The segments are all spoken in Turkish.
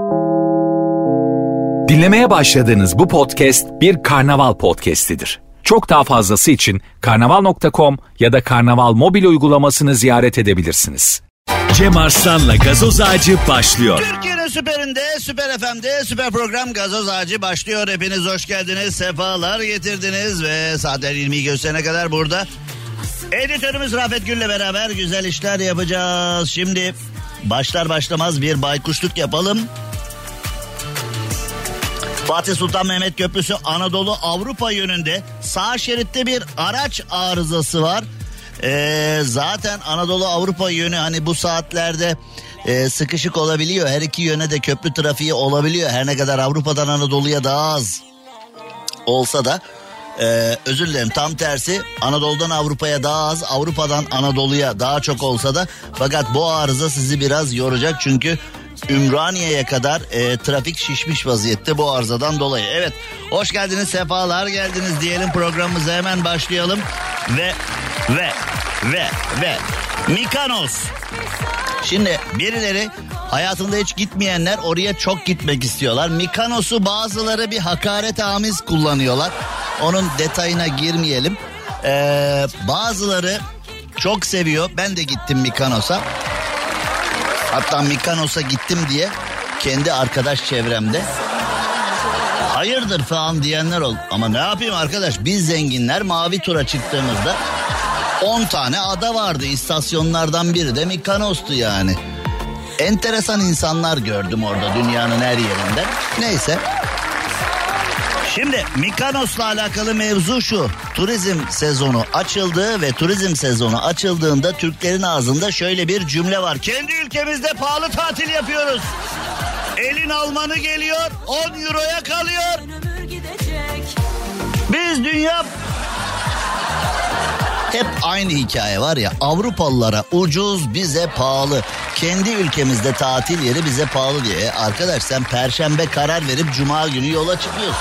Dinlemeye başladığınız bu podcast bir karnaval podcastidir. Çok daha fazlası için karnaval.com ya da karnaval mobil uygulamasını ziyaret edebilirsiniz. Cem Arslan'la Gazoz Ağacı başlıyor. Türkiye'nin süperinde, Süper FM'de süper program Gazoz Ağacı başlıyor. Hepiniz hoş geldiniz, sefalar getirdiniz ve saatler 20'yi gösterene kadar burada. Editörümüz Rafet Gül'le beraber güzel işler yapacağız. Şimdi başlar başlamaz bir baykuşluk yapalım. Fatih Sultan Mehmet Köprüsü Anadolu Avrupa yönünde sağ şeritte bir araç arızası var. Zaten Anadolu Avrupa yönü hani bu saatlerde sıkışık olabiliyor. Her iki yöne de köprü trafiği olabiliyor. Her ne kadar Avrupa'dan Anadolu'ya daha az olsa da özür dilerim, tam tersi Anadolu'dan Avrupa'ya daha az, Avrupa'dan Anadolu'ya daha çok olsa da, fakat bu arıza sizi biraz yoracak çünkü Ümraniye'ye kadar trafik şişmiş vaziyette bu arızadan dolayı. Evet, hoş geldiniz, sefalar geldiniz diyelim, programımıza hemen başlayalım ve Mikanos. Şimdi birileri, hayatında hiç gitmeyenler oraya çok gitmek istiyorlar. Mikanos'u bazıları bir hakaretamiz kullanıyorlar. Onun detayına girmeyelim. Bazıları çok seviyor. Ben de gittim Mikanos'a. Hatta Mikanos'a gittim diye kendi arkadaş çevremde hayırdır falan diyenler oldu. Ama ne yapayım arkadaş, biz zenginler mavi tura çıktığımızda 10 tane ada vardı. İstasyonlardan biri de Mikanos'tu yani. Enteresan insanlar gördüm orada dünyanın her yerinden. Neyse. Şimdi Mikanos'la alakalı mevzu şu. Turizm sezonu açıldı ve turizm sezonu açıldığında Türklerin ağzında şöyle bir cümle var. Kendi ülkemizde pahalı tatil yapıyoruz. Elin Almanı geliyor, 10 euroya kalıyor. Biz dünya... Hep aynı hikaye var ya, Avrupalılara ucuz, bize pahalı. Kendi ülkemizde tatil yeri bize pahalı diye. Arkadaş sen Perşembe karar verip Cuma günü yola çıkıyorsun.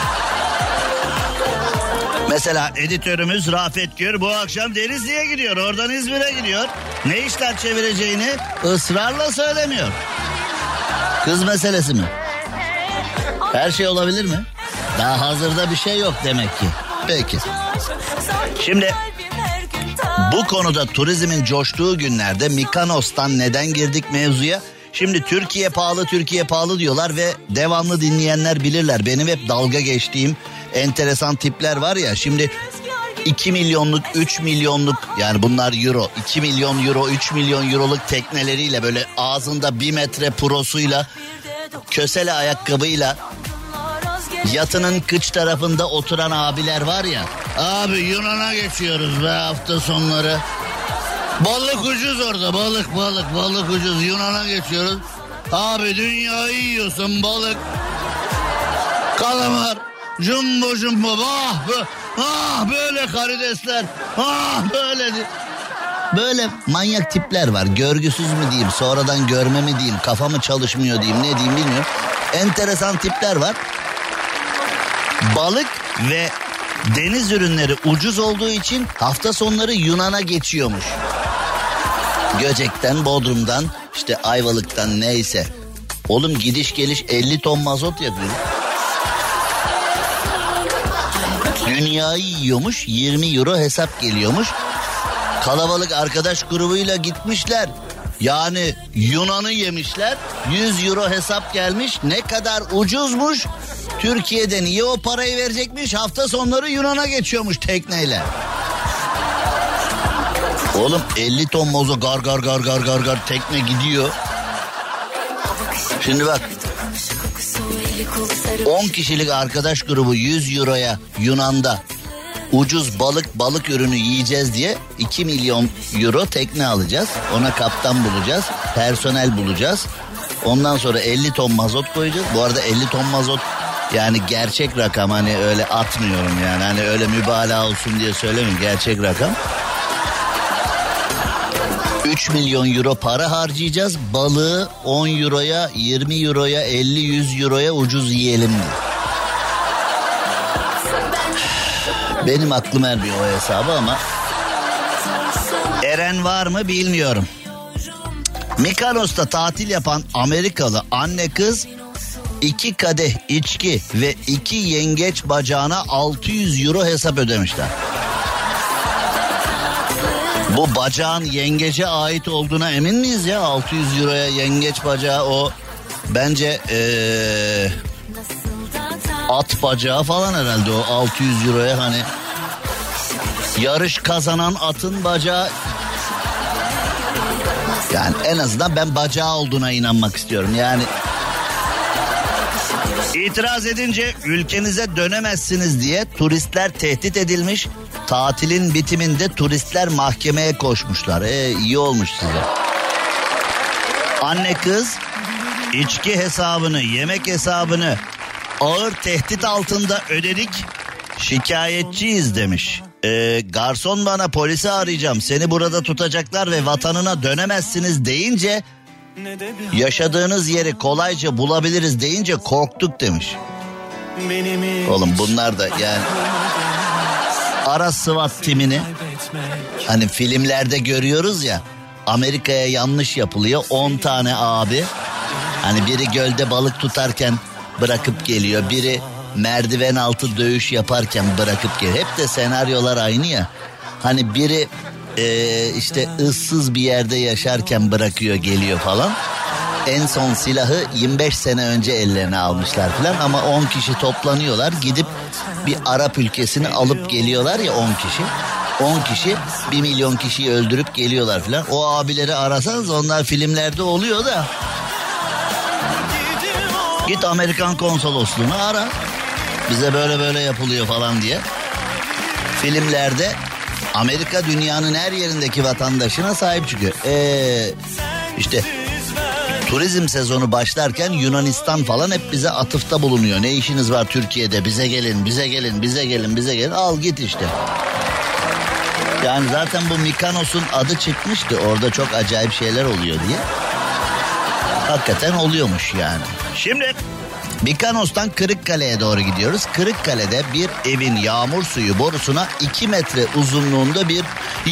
Mesela editörümüz Rafet Gür bu akşam Denizli'ye gidiyor. Oradan İzmir'e gidiyor. Ne işler çevireceğini ısrarla söylemiyor. Kız meselesi mi? Her şey olabilir mi? Daha hazırda bir şey yok demek ki. Peki. Şimdi bu konuda turizmin coştuğu günlerde Mikanos'tan neden girdik mevzuya? Şimdi Türkiye pahalı diyorlar ve devamlı dinleyenler bilirler. Benim hep dalga geçtiğim enteresan tipler var ya. Şimdi 2 milyonluk, 3 milyonluk, yani bunlar euro, 2 milyon euro, 3 milyon euroluk tekneleriyle, böyle ağzında 1 metre prosuyla, kösele ayakkabıyla yatının kıç tarafında oturan abiler var ya. Abi Yunan'a geçiyoruz be hafta sonları. Balık ucuz orada, balık ucuz, Yunan'a geçiyoruz. Abi dünyayı yiyorsun, balık, kalamar, jumbo, böyle karidesler, böyle manyak tipler var. Görgüsüz mü diyeyim, sonradan görme mi diyeyim, kafa mı çalışmıyor diyeyim, ne diyeyim bilmiyorum. Enteresan tipler var. Balık ve deniz ürünleri ucuz olduğu için hafta sonları Yunan'a geçiyormuş. Göcek'ten, Bodrum'dan, işte Ayvalık'tan, neyse. Oğlum gidiş geliş 50 ton mazot yakıyor. Dünyayı yiyormuş, 20 euro hesap geliyormuş. Kalabalık arkadaş grubuyla gitmişler. Yani Yunan'ı yemişler. 100 euro hesap gelmiş. Ne kadar ucuzmuş. Türkiye'de niye o parayı verecekmiş? Hafta sonları Yunan'a geçiyormuş tekneyle. Oğlum 50 ton mozo gar tekne gidiyor. Şimdi bak. 10 kişilik arkadaş grubu 100 euroya Yunan'da ucuz balık ürünü yiyeceğiz diye 2 milyon euro tekne alacağız. Ona kaptan bulacağız, personel bulacağız. Ondan sonra 50 ton mazot koyacağız. Bu arada 50 ton mazot yani gerçek rakam, hani öyle atmıyorum yani. Hani öyle mübalağa olsun diye söylemiyorum, gerçek rakam. 3 milyon euro para harcayacağız. Balığı 10 euroya, 20 euroya, 50-100 euroya ucuz yiyelim diye. Benim aklım ermiyor o hesabı ama eren var mı bilmiyorum. Mikonos'ta tatil yapan Amerikalı anne kız 2 kadeh içki ve 2 yengeç bacağına 600 euro hesap ödemişler. Bu bacağın yengece ait olduğuna emin miyiz ya? 600 euroya yengeç bacağı o bence at bacağı falan herhalde o 600 euroya hani yarış kazanan atın bacağı. Yani en azından ben bacağı olduğuna inanmak istiyorum yani. İtiraz edince ülkenize dönemezsiniz diye turistler tehdit edilmiş. Tatilin bitiminde turistler mahkemeye koşmuşlar. İyi olmuş size. Anne kız içki hesabını, yemek hesabını ağır tehdit altında ödedik. Şikayetçiyiz demiş. Garson bana polisi arayacağım. Seni burada tutacaklar ve vatanına dönemezsiniz deyince yaşadığınız yeri kolayca bulabiliriz deyince korktuk demiş. Oğlum bunlar da yani ara SWAT timini hani filmlerde görüyoruz ya, Amerika'ya yanlış yapılıyor 10 tane abi hani biri gölde balık tutarken bırakıp geliyor, biri merdiven altı dövüş yaparken bırakıp geliyor, hep de senaryolar aynı ya, hani biri işte ıssız bir yerde yaşarken bırakıyor geliyor falan. En son silahı 25 sene önce ellerine almışlar falan ama 10 kişi toplanıyorlar, gidip bir Arap ülkesini alıp geliyorlar ya 10 kişi. 10 kişi 1 milyon kişiyi öldürüp geliyorlar falan. O abileri arasanız onlar filmlerde oluyor da. Git Amerikan konsolosluğunu ara. Bize böyle böyle yapılıyor falan diye. Filmlerde Amerika dünyanın her yerindeki vatandaşına sahip çıkıyor. İşte turizm sezonu başlarken Yunanistan falan hep bize atıfta bulunuyor. Ne işiniz var Türkiye'de? Bize gelin, bize gelin, bize gelin, bize gelin. Al git işte. Yani zaten bu Mikonos'un adı çıkmıştı. Orada çok acayip şeyler oluyor diye. Hakikaten oluyormuş yani. Şimdi Mikonos'tan Kırıkkale'ye doğru gidiyoruz. Kırıkkale'de bir evin yağmur suyu borusuna 2 metre uzunluğunda bir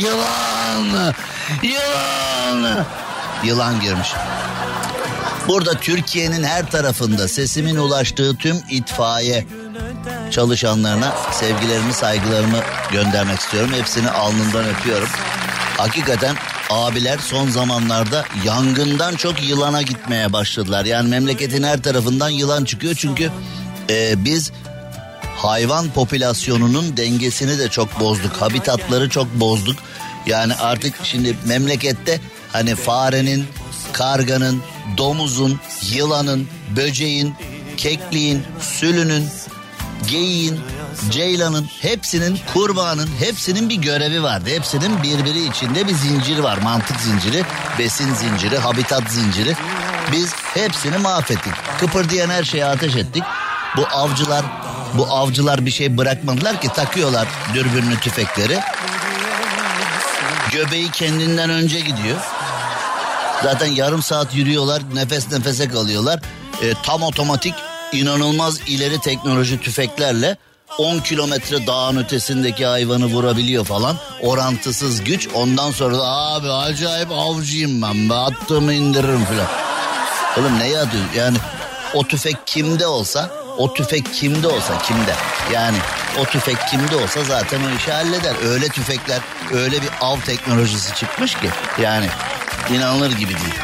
yılan girmiş. Burada Türkiye'nin her tarafında sesimin ulaştığı tüm itfaiye çalışanlarına sevgilerimi, saygılarımı göndermek istiyorum. Hepsini alnından öpüyorum. Hakikaten abiler son zamanlarda yangından çok yılana gitmeye başladılar. Yani memleketin her tarafından yılan çıkıyor. Çünkü biz hayvan popülasyonunun dengesini de çok bozduk. Habitatları çok bozduk. Yani artık şimdi memlekette hani farenin, karganın, domuzun, yılanın, böceğin, kekliğin, sülünün, geyiğin, ceylanın, hepsinin, kurbanın, hepsinin bir görevi vardı. Hepsinin birbiri içinde bir zincir var. Mantık zinciri, besin zinciri, habitat zinciri. Biz hepsini mahvettik. Kıpırdayan her şeye ateş ettik. Bu avcılar bir şey bırakmadılar ki, takıyorlar dürbünlü tüfekleri. Göbeği kendinden önce gidiyor. Zaten yarım saat yürüyorlar, nefes nefese kalıyorlar. Tam otomatik, inanılmaz ileri teknoloji tüfeklerle 10 kilometre dağın ötesindeki hayvanı vurabiliyor falan. Orantısız güç. Ondan sonra da abi acayip avcıyım ben. Attığımı indiririm falan. Oğlum ne atıyor? Yani o tüfek kimde olsa kimde? Yani o tüfek kimde olsa zaten o işi halleder. Öyle tüfekler, öyle bir av teknolojisi çıkmış ki. Yani inanılır gibi değil.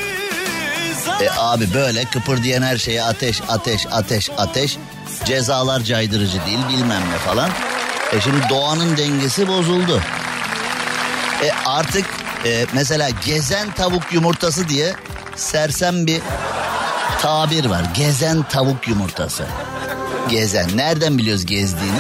Abi böyle kıpırdayan her şeye ateş. Cezalar caydırıcı değil, bilmem ne falan. Şimdi doğanın dengesi bozuldu. Artık mesela gezen tavuk yumurtası diye sersem bir tabir var. Gezen tavuk yumurtası. Gezen. Nereden biliyoruz gezdiğini?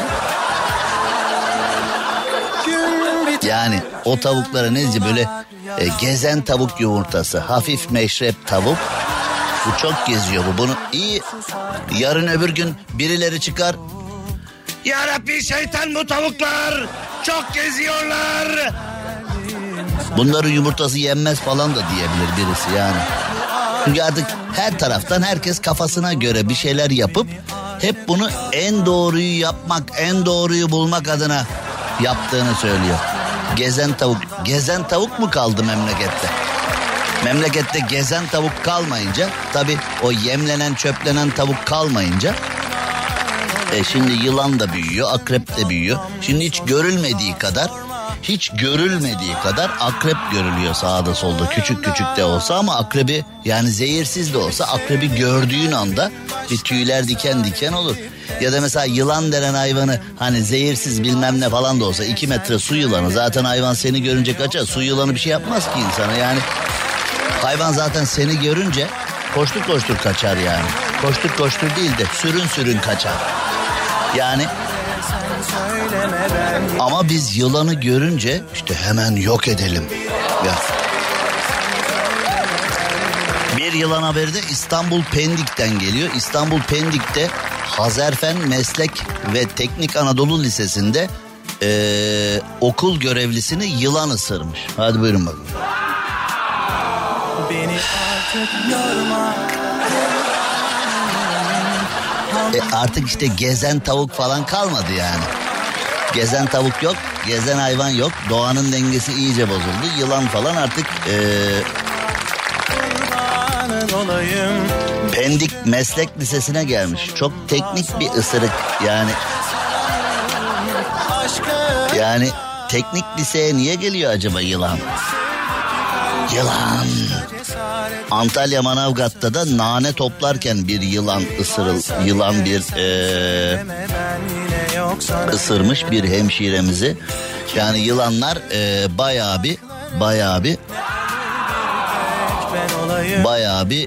Yani o tavuklara ne diyeceğim, böyle gezen tavuk yumurtası. Hafif meşrep tavuk. Bu çok geziyor bu. Bunu iyi, yarın öbür gün birileri çıkar. Ya Rabbi şeytan, bu tavuklar çok geziyorlar. Bunların yumurtası yenmez falan da diyebilir birisi yani. Çünkü artık her taraftan herkes kafasına göre bir şeyler yapıp hep bunu en doğruyu yapmak, en doğruyu bulmak adına yaptığını söylüyor. Gezen tavuk mu kaldı memlekette? Memlekette gezen tavuk kalmayınca, tabii o yemlenen çöplenen tavuk kalmayınca şimdi yılan da büyüyor, akrep de büyüyor. Şimdi hiç görülmediği kadar akrep görülüyor sağda solda, küçük küçük de olsa, ama akrebi, yani zehirsiz de olsa akrebi gördüğün anda bir tüyler diken diken olur. Ya da mesela yılan denen hayvanı, hani zehirsiz bilmem ne falan da olsa, 2 metre su yılanı, zaten hayvan seni görünce kaçar. Su yılanı bir şey yapmaz ki insana, yani hayvan zaten seni görünce koştur koştur kaçar yani. Koştur koştur değil de sürün sürün kaçar. Yani ama biz yılanı görünce işte hemen yok edelim. Ya. Bir yılan haberi de İstanbul Pendik'ten geliyor. İstanbul Pendik'te Hazerfen Meslek ve Teknik Anadolu Lisesi'nde okul görevlisini yılan ısırmış. Hadi buyurun bakalım. Beni artık yorma. Artık işte gezen tavuk falan kalmadı yani. Gezen tavuk yok, gezen hayvan yok. Doğanın dengesi iyice bozuldu. Yılan falan artık Pendik Meslek Lisesi'ne gelmiş. Çok teknik bir ısırık yani. Yani teknik liseye niye geliyor acaba yılan? Yılan. Antalya Manavgat'ta da nane toplarken bir yılan ısırmış bir hemşiremizi. Yani yılanlar bayağı bir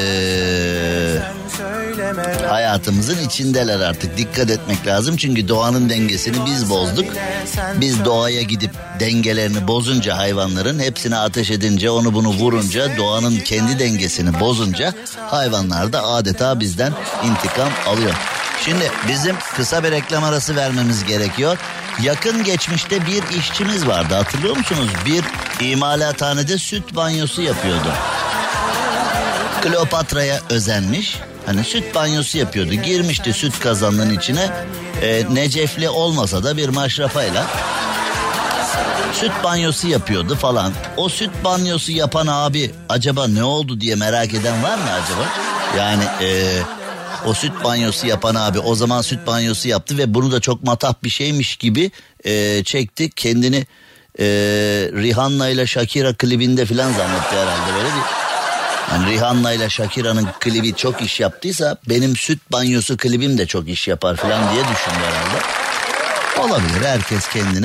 hayatımızın içindeler artık. Dikkat etmek lazım çünkü doğanın dengesini biz bozduk. Biz doğaya gidip dengelerini bozunca, hayvanların hepsine ateş edince, onu bunu vurunca, doğanın kendi dengesini bozunca hayvanlar da adeta bizden intikam alıyor. Şimdi bizim kısa bir reklam arası vermemiz gerekiyor. Yakın geçmişte bir işçimiz vardı, hatırlıyor musunuz? Bir imalathanede süt banyosu yapıyordu. Kleopatra'ya özenmiş. Hani süt banyosu yapıyordu. Girmişti süt kazanının içine. Necefli olmasa da bir maşrafayla süt banyosu yapıyordu falan. O süt banyosu yapan abi acaba ne oldu diye merak eden var mı acaba? Yani o süt banyosu yapan abi o zaman süt banyosu yaptı ve bunu da çok matah bir şeymiş gibi çekti. Kendini Rihanna ile Shakira klibinde falan zannetti herhalde, böyle bir. Yani Rihanna ile Shakira'nın klibi çok iş yaptıysa benim süt banyosu klibim de çok iş yapar falan diye düşündü herhalde. Olabilir, herkes kendine.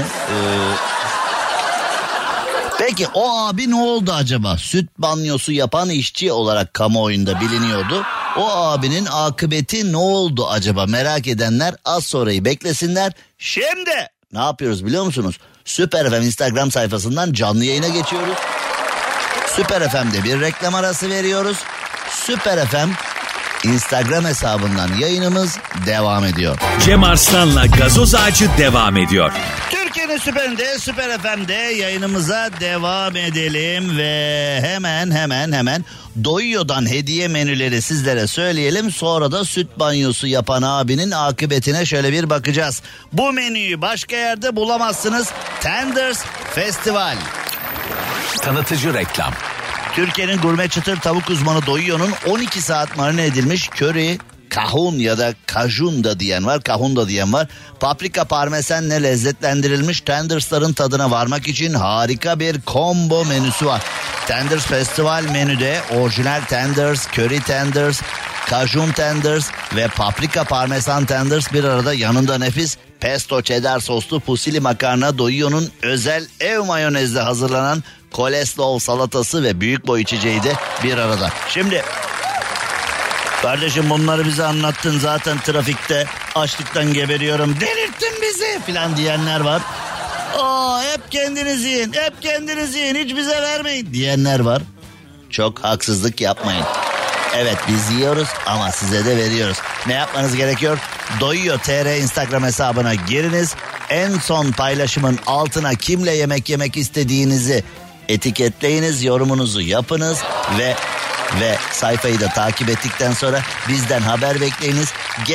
Peki o abi ne oldu acaba? Süt banyosu yapan işçi olarak kamuoyunda biliniyordu. O abinin akıbeti ne oldu acaba? Merak edenler az sonrayı beklesinler. Şimdi ne yapıyoruz biliyor musunuz? Süper FM Instagram sayfasından canlı yayına geçiyoruz. Süper FM'de bir reklam arası veriyoruz. Süper FM Instagram hesabından yayınımız devam ediyor. Cem Arslan'la Gazoz Ağacı devam ediyor. Türkiye'nin süperinde, Süper FM'de yayınımıza devam edelim ve hemen Doyuyor'dan hediye menüleri sizlere söyleyelim. Sonra da süt banyosu yapan abinin akıbetine şöyle bir bakacağız. Bu menüyü başka yerde bulamazsınız. Tenders Festival. Tanıtıcı reklam. Türkiye'nin gurme çıtır tavuk uzmanı Doyuyor'un 12 saat marine edilmiş köri, kahun ya da kajun da diyen var, kahun da diyen var. Paprika parmesanla lezzetlendirilmiş tendersların tadına varmak için harika bir combo menüsü var. Tenders Festival menüde orijinal tenders, köri tenders, kajun tenders ve paprika parmesan tenders bir arada, yanında nefis pesto cheddar soslu fusilli makarna, Doyuyor'un özel ev mayonezle hazırlanan koleslav salatası ve büyük boy içeceği de bir arada. Şimdi kardeşim bunları bize anlattın, zaten trafikte açlıktan geberiyorum, delirttin bizi filan diyenler var. Hep kendiniz yiyin, hep kendiniz yiyin, hiç bize vermeyin diyenler var. Çok haksızlık yapmayın. Evet biz yiyoruz ama size de veriyoruz. Ne yapmanız gerekiyor? Doyuyor TR Instagram hesabına giriniz. En son paylaşımın altına kimle yemek istediğinizi etiketleyiniz, yorumunuzu yapınız ve sayfayı da takip ettikten sonra bizden haber bekleyiniz.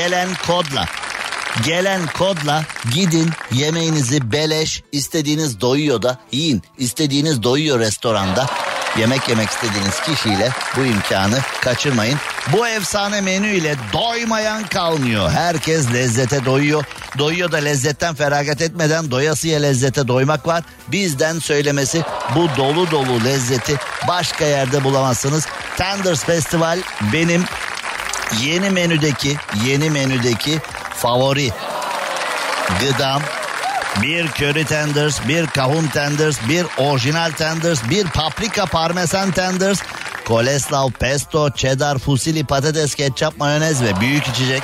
Gelen kodla gidin, yemeğinizi beleş istediğiniz Doyuyor'da yiyin. İstediğiniz Doyuyor restoranda Yemek yemek istediğiniz kişiyle bu imkanı kaçırmayın. Bu efsane menüyle doymayan kalmıyor. Herkes lezzete doyuyor. Doyuyor da lezzetten feragat etmeden doyasıya lezzete doymak var. Bizden söylemesi, bu dolu dolu lezzeti başka yerde bulamazsınız. Tenders Festival benim yeni menüdeki favori gıdam. Bir köri tenders, bir kahun tenders, bir orijinal tenders, bir paprika parmesan tenders, koleslav, pesto, cheddar, fusilli, patates, ketçap, mayonez ve büyük içecek.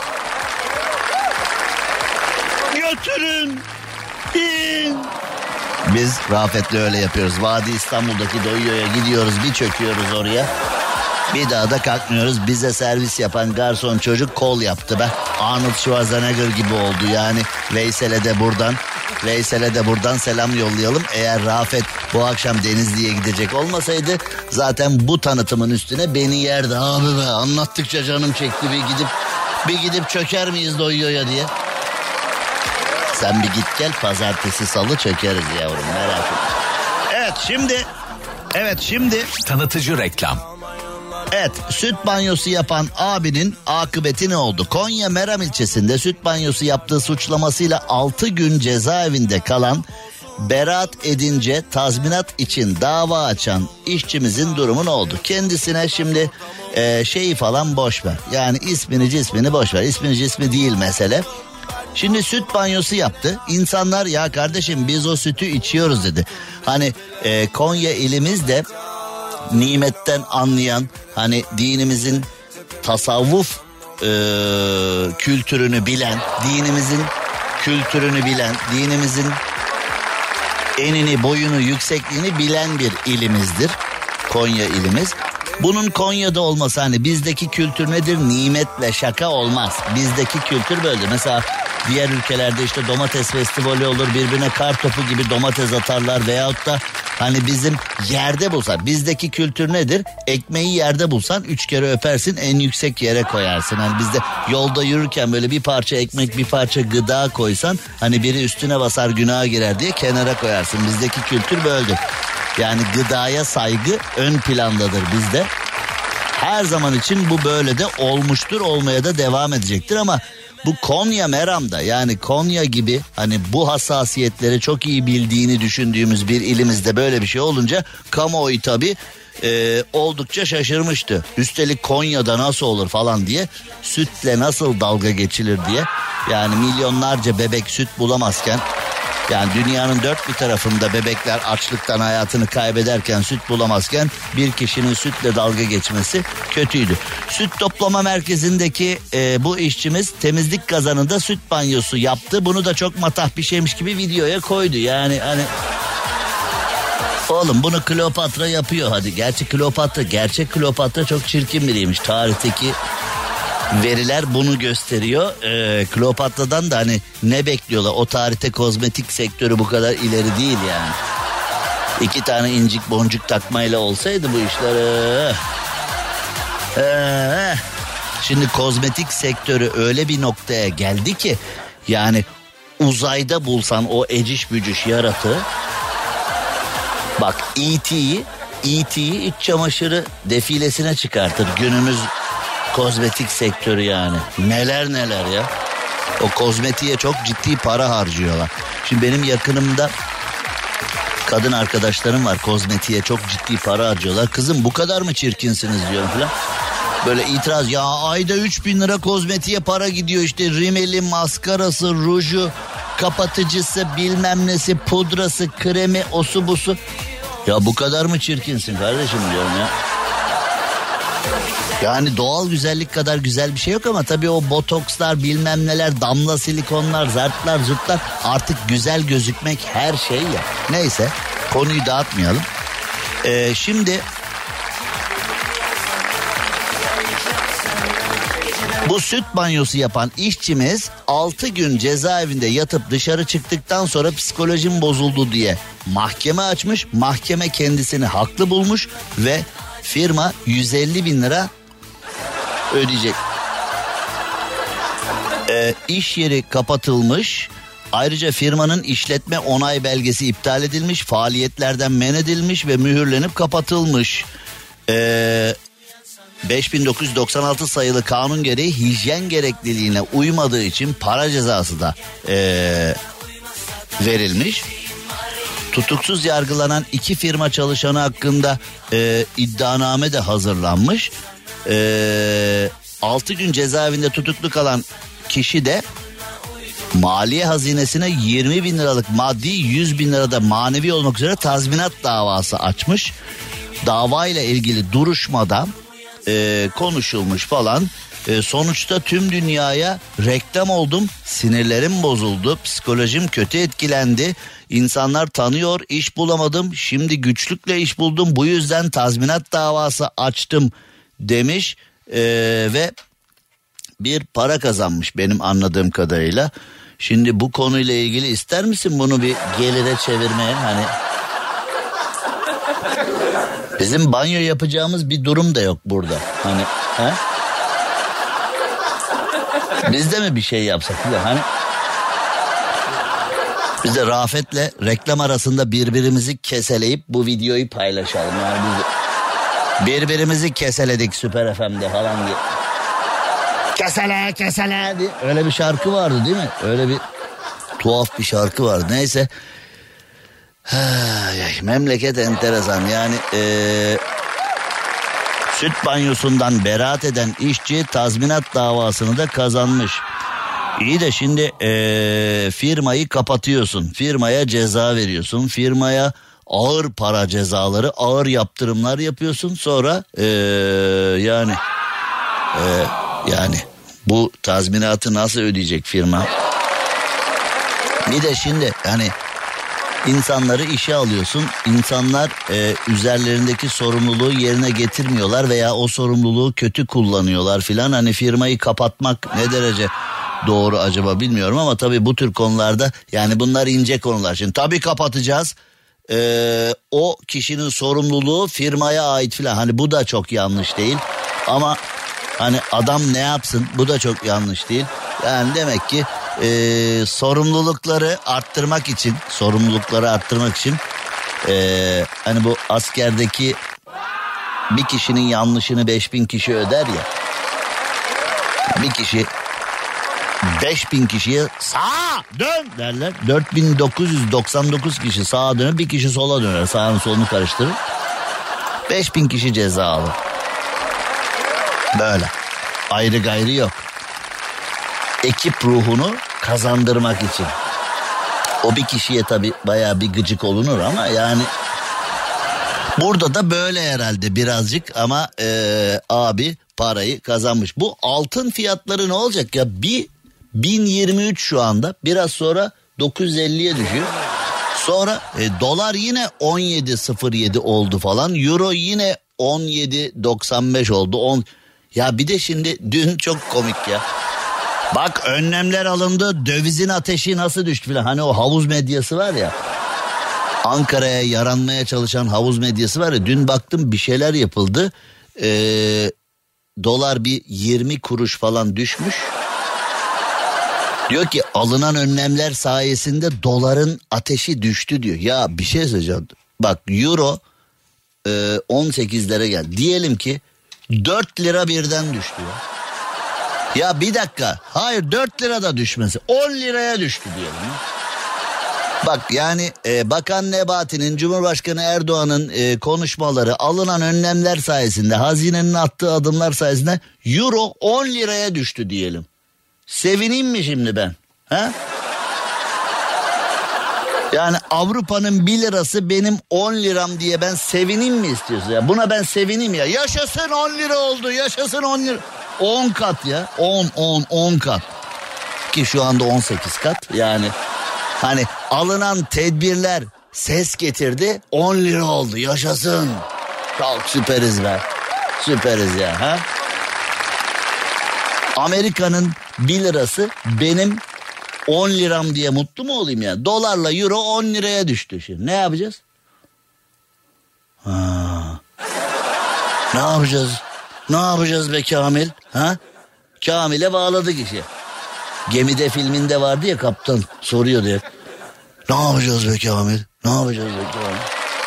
Götürün. İn. Biz Rafet'le öyle yapıyoruz. Vadi İstanbul'daki Doyuyor'ya gidiyoruz, bir çöküyoruz oraya. Bir daha da kalkmıyoruz. Bize servis yapan garson çocuk kol yaptı be. Arnold Schwarzenegger gibi oldu yani. Veysel'e de buradan selam yollayalım. Eğer Rafet bu akşam Denizli'ye gidecek olmasaydı zaten bu tanıtımın üstüne beni yerdi. Abi be, anlattıkça canım çekti, bir gidip çöker miyiz Doyuyor'ya diye. Sen bir git gel, pazartesi salı çökeriz yavrum, merak etme. Evet şimdi Tanıtıcı reklam. Evet, süt banyosu yapan abinin akıbeti ne oldu? Konya Meram ilçesinde süt banyosu yaptığı suçlamasıyla 6 gün cezaevinde kalan, beraat edince tazminat için dava açan işçimizin durumu ne oldu? Kendisine şimdi şeyi falan boş ver. Yani ismini boş ver. İsmi değil mesele. Şimdi süt banyosu yaptı. İnsanlar ya kardeşim biz o sütü içiyoruz dedi. Hani Konya ilimizde nimetten anlayan, hani dinimizin tasavvuf kültürünü bilen, dinimizin enini, boyunu, yüksekliğini bilen bir ilimizdir Konya ilimiz. Bunun Konya'da olması, hani bizdeki kültür nedir? Nimetle şaka olmaz. Bizdeki kültür böyle. Mesela diğer ülkelerde işte domates festivali olur, birbirine kar topu gibi domates atarlar veyahut da hani bizim yerde bulsan, bizdeki kültür nedir? Ekmeği yerde bulsan 3 kere öpersin, en yüksek yere koyarsın. Hani bizde yolda yürürken böyle bir parça ekmek, bir parça gıda koysan hani biri üstüne basar günaha girer diye kenara koyarsın. Bizdeki kültür böyledir. Yani gıdaya saygı ön plandadır bizde. Her zaman için bu böyle de olmuştur, olmaya da devam edecektir ama bu Konya Meram'da, yani Konya gibi hani bu hassasiyetleri çok iyi bildiğini düşündüğümüz bir ilimizde böyle bir şey olunca kamuoyu tabii oldukça şaşırmıştı. Üstelik Konya'da nasıl olur falan diye, sütle nasıl dalga geçilir diye. Yani milyonlarca bebek süt bulamazken, yani dünyanın dört bir tarafında bebekler açlıktan hayatını kaybederken, süt bulamazken bir kişinin sütle dalga geçmesi kötüydü. Süt toplama merkezindeki bu işçimiz temizlik kazanında süt banyosu yaptı. Bunu da çok matah bir şeymiş gibi videoya koydu. Yani hani oğlum bunu Kleopatra yapıyor hadi. Gerçek Kleopatra çok çirkin biriymiş. Tarihteki veriler bunu gösteriyor. Kleopatra'dan da hani ne bekliyorlar? O tarihte kozmetik sektörü bu kadar ileri değil yani. 2 tane incik boncuk takmayla olsaydı bu işler. Şimdi kozmetik sektörü öyle bir noktaya geldi ki yani uzayda bulsan o eciş bücüş yaratığı, bak E.T.'yi iç çamaşırı defilesine çıkartır günümüz kozmetik sektörü yani. Neler ya. O kozmetiğe çok ciddi para harcıyorlar. Şimdi benim yakınımda kadın arkadaşlarım var, kozmetiğe çok ciddi para harcıyorlar. Kızım bu kadar mı çirkinsiniz diyorum falan. Böyle itiraz, ya ayda 3.000 lira kozmetiğe para gidiyor, işte rimeli, maskarası, ruju, kapatıcısı, bilmem nesi, pudrası, kremi, osu busu. Ya bu kadar mı çirkinsin kardeşim diyorum ya. Yani doğal güzellik kadar güzel bir şey yok ama tabii o botokslar, bilmem neler, damla silikonlar, zartlar, zurtlar, artık güzel gözükmek her şey ya. Neyse, konuyu dağıtmayalım. Şimdi bu süt banyosu yapan işçimiz 6 gün cezaevinde yatıp dışarı çıktıktan sonra psikolojim bozuldu diye mahkeme açmış. Mahkeme kendisini haklı bulmuş ve firma 150.000 lira ödeyecek. İş yeri kapatılmış Ayrıca firmanın işletme onay belgesi iptal edilmiş, faaliyetlerden men edilmiş ve mühürlenip kapatılmış. 5996 sayılı kanun gereği hijyen gerekliliğine uymadığı için para cezası da verilmiş. Tutuksuz yargılanan 2 firma çalışanı hakkında iddianame de hazırlanmış. 6 gün cezaevinde tutuklu kalan kişi de Maliye Hazinesi'ne 20 bin liralık maddi, 100 bin lirada manevi olmak üzere tazminat davası açmış. Dava ile ilgili duruşmada konuşulmuş falan. Sonuçta tüm dünyaya reklam oldum, sinirlerim bozuldu, psikolojim kötü etkilendi. İnsanlar tanıyor, iş bulamadım, şimdi güçlükle iş buldum, bu yüzden tazminat davası açtım demiş ve bir para kazanmış benim anladığım kadarıyla. Şimdi bu konuyla ilgili ister misin bunu bir gelire çevirmeye? Hani bizim banyo yapacağımız bir durum da yok burada. Hani he? Biz de mi bir şey yapsak? Hani biz de Rafet'le reklam arasında birbirimizi keseleyip bu videoyu paylaşalım. Yani biz birbirimizi keseledik Süper FM'de falan diye. Kesele diye. Öyle bir şarkı vardı değil mi? Öyle bir tuhaf bir şarkı vardı. Neyse. Memleket enteresan. Yani süt banyosundan beraat eden işçi tazminat davasını da kazanmış. İyi de şimdi firmayı kapatıyorsun. Firmaya ceza veriyorsun. Firmaya ağır para cezaları, ağır yaptırımlar yapıyorsun. Sonra yani bu tazminatı nasıl ödeyecek firma? Bir de şimdi hani insanları işe alıyorsun. İnsanlar üzerlerindeki sorumluluğu yerine getirmiyorlar veya o sorumluluğu kötü kullanıyorlar filan. Hani firmayı kapatmak ne derece doğru acaba bilmiyorum ama tabii bu tür konularda yani bunlar ince konular. Şimdi tabii kapatacağız. O kişinin sorumluluğu firmaya ait filan. Hani bu da çok yanlış değil. Ama hani adam ne yapsın? Bu da çok yanlış değil. Yani demek ki sorumlulukları arttırmak için hani bu askerdeki bir kişinin yanlışını 5000 kişi öder ya. Bir kişi 5000 kişiye sağa dön derler. 4999 kişi sağa döner, bir kişi sola döner. Sağını solunu karıştırır. 5000 kişi ceza alır. Böyle. Ayrı gayrı yok. Ekip ruhunu kazandırmak için. O bir kişiye tabii bayağı bir gıcık olunur ama yani burada da böyle herhalde birazcık ama abi parayı kazanmış. Bu altın fiyatları ne olacak ya? 1023 şu anda, biraz sonra 950'ye düşüyor. Sonra dolar yine 17.07 oldu falan. Euro yine 17.95 oldu. Ya bir de şimdi dün çok komik ya. Bak önlemler alındı, dövizin ateşi nasıl düştü falan. Hani o havuz medyası var ya. Ankara'ya yaranmaya çalışan havuz medyası var ya. Dün baktım bir şeyler yapıldı. Dolar bir 20 kuruş falan düşmüş. Diyor ki alınan önlemler sayesinde doların ateşi düştü diyor. Ya bir şey söyleyeceğim. Bak euro 18'lere geldi. Diyelim ki 4 lira birden düştü ya. Ya bir dakika. Hayır 4 lira da düşmesi. 10 liraya düştü diyelim. Bak yani Bakan Nebati'nin, Cumhurbaşkanı Erdoğan'ın konuşmaları, alınan önlemler sayesinde, hazinenin attığı adımlar sayesinde euro 10 liraya düştü diyelim. Sevineyim mi şimdi ben? Ha? Yani Avrupa'nın 1 lirası benim 10 liram diye ben sevineyim mi istiyorsun? Ya buna ben sevineyim ya. Yaşasın 10 lira oldu. Yaşasın 10 lira. 10 kat ya. 10 kat. Ki şu anda 18 kat. Yani hani alınan tedbirler ses getirdi. 10 lira oldu. Yaşasın. Çok süperiz be. Süperiz ya. Ha? Amerika'nın 1 lirası benim 10 liram diye mutlu mu olayım ya? Dolarla euro 10 liraya düştü şimdi. Ne yapacağız? Ne yapacağız? Ne yapacağız be Kamil? Ha? Kamil'e bağladık işi. Gemide filminde vardı ya, kaptan soruyor diye. Ne yapacağız be Kamil? Ne yapacağız be Kamil?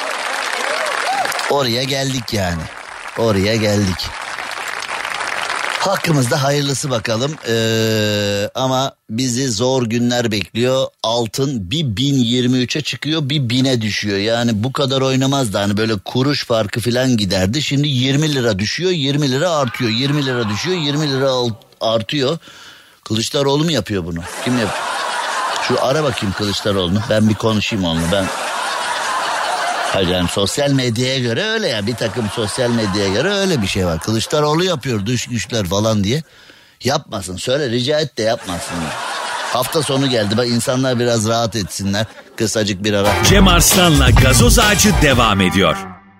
Oraya geldik yani. Oraya geldik. Hakkımızda hayırlısı bakalım. Ama bizi zor günler bekliyor. Altın bir 1023'e çıkıyor, bir 1000'e düşüyor. Yani bu kadar oynamazdı. Hani böyle kuruş farkı falan giderdi. Şimdi 20 lira düşüyor, 20 lira artıyor. 20 lira düşüyor, 20 lira artıyor. Kılıçdaroğlu mu yapıyor bunu? Kim yapıyor? Şu ara bakayım Kılıçdaroğlu'nu. Ben bir konuşayım onunla. Hayır yani sosyal medyaya göre öyle ya. Bir takım sosyal medyaya göre öyle bir şey var. Kılıçdaroğlu yapıyor dış güçler falan diye. Yapmasın. Söyle, rica et de yapmasın. Hafta sonu geldi. Bak insanlar biraz rahat etsinler. Kısacık bir ara. Cem Arslan'la Gazoz Ağacı devam ediyor.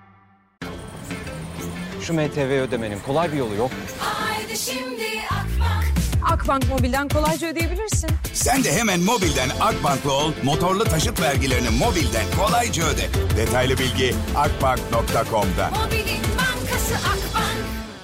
Şu MTV ödemenin kolay bir yolu yok. Haydi şimdi Akbank Mobil'den kolayca ödeyebilirsin. Sen de hemen mobilden Akbank'la ol, motorlu taşıt vergilerini mobilden kolayca öde. Detaylı bilgi akbank.com'da. Mobilin bankası Akbank.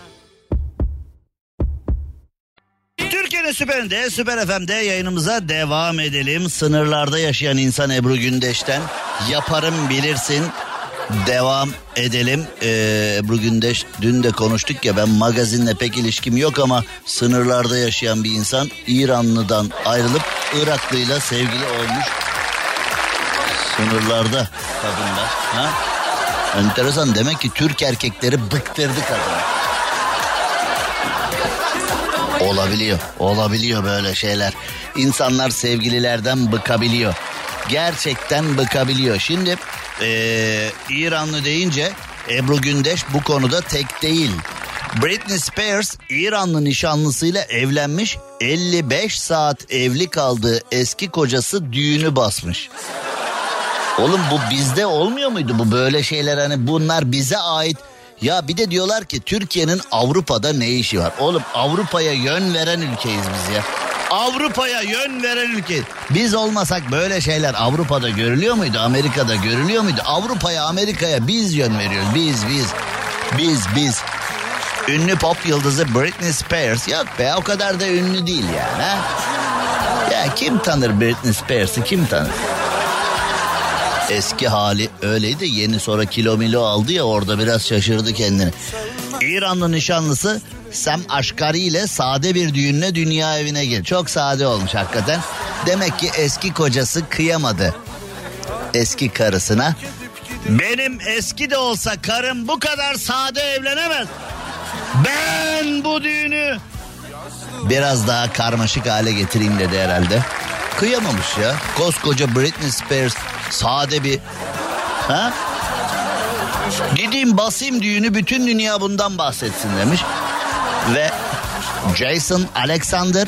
Türkiye'nin süperinde, Süper FM'de yayınımıza devam edelim. Sınırlarda yaşayan insan Ebru Gündeş'ten yaparım bilirsin. Devam edelim. Ebru Gündeş, dün de konuştuk ya, ben magazinle pek ilişkim yok ama sınırlarda yaşayan bir insan İranlı'dan ayrılıp Iraklı'yla sevgili olmuş. Sınırlarda kadınlar. Ha? Enteresan, demek ki Türk erkekleri bıktırdı kadını. Olabiliyor böyle şeyler. İnsanlar sevgililerden bıkabiliyor. Gerçekten bıkabiliyor. Şimdi İranlı deyince Ebru Gündeş bu konuda tek değil. Britney Spears İranlı nişanlısıyla evlenmiş, 55 saat evli kaldığı eski kocası düğünü basmış. Oğlum bu bizde olmuyor muydu bu böyle şeyler, hani bunlar bize ait. Ya bir de diyorlar ki Türkiye'nin Avrupa'da ne işi var? Oğlum Avrupa'ya yön veren ülkeyiz biz ya. Avrupa'ya yön veren ülke. Biz olmasak böyle şeyler Avrupa'da görülüyor muydu? Amerika'da görülüyor muydu? Avrupa'ya, Amerika'ya biz yön veriyoruz. Biz. Ünlü pop yıldızı Britney Spears. Yok be, o kadar da ünlü değil yani. Ha? Ya kim tanır Britney Spears'ı, kim tanır? Eski hali öyleydi, yeni sonra kilo milo aldı ya, orada biraz şaşırdı kendini. İranlı nişanlısı Sam Ashkari ile sade bir düğünle dünya evine girdi. Çok sade olmuş hakikaten. Demek ki eski kocası kıyamadı eski karısına. Benim eski de olsa karım bu kadar sade evlenemez. Ben bu düğünü biraz daha karmaşık hale getireyim dedi herhalde. Kıyamamış ya. Koskoca Britney Spears sade bir... Ha? Gideyim basayım düğünü, bütün dünya bundan bahsetsin demiş. Ve Jason Alexander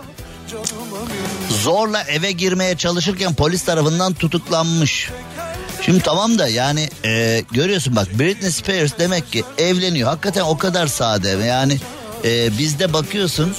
zorla eve girmeye çalışırken polis tarafından tutuklanmış. Şimdi tamam da yani görüyorsun bak, Britney Spears demek ki evleniyor. Hakikaten o kadar sade yani, bizde bakıyorsun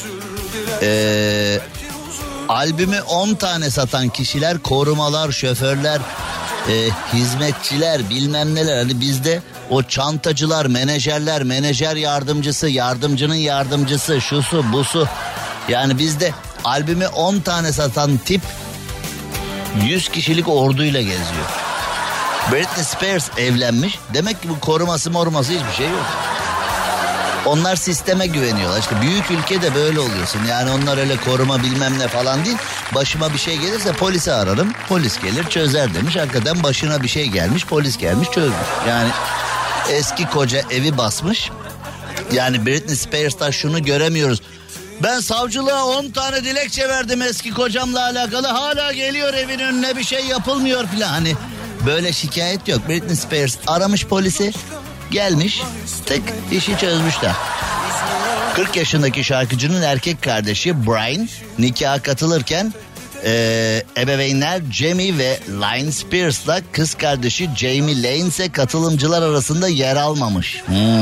albümü 10 tane satan kişiler, korumalar, şoförler, hizmetçiler, bilmem neler. Hani bizde o çantacılar, menajerler, menajer yardımcısı, yardımcının yardımcısı, şusu busu. Yani bizde albümü 10 tane satan tip 100 kişilik orduyla geziyor. Britney Spears evlenmiş. Demek ki bu koruması morması hiçbir şey yok. Onlar sisteme güveniyorlar. İşte büyük ülkede böyle oluyorsun. Yani onlar öyle koruma bilmem ne falan değil. Başıma bir şey gelirse polisi ararım. Polis gelir çözer demiş. Hakikaten başına bir şey gelmiş. Polis gelmiş çözmüş. Yani eski koca evi basmış. Yani Britney Spears'ta şunu göremiyoruz. Ben savcılığa 10 tane dilekçe verdim eski kocamla alakalı. Hala geliyor evin önüne, bir şey yapılmıyor filan. Hani böyle şikayet yok. Britney Spears aramış polisi. Gelmiş, tık işi çözmüşler. 40 yaşındaki şarkıcının erkek kardeşi Brian nikaha katılırken ebeveynler Jamie ve Lynne Spears'la kız kardeşi Jamie Lane ise katılımcılar arasında yer almamış.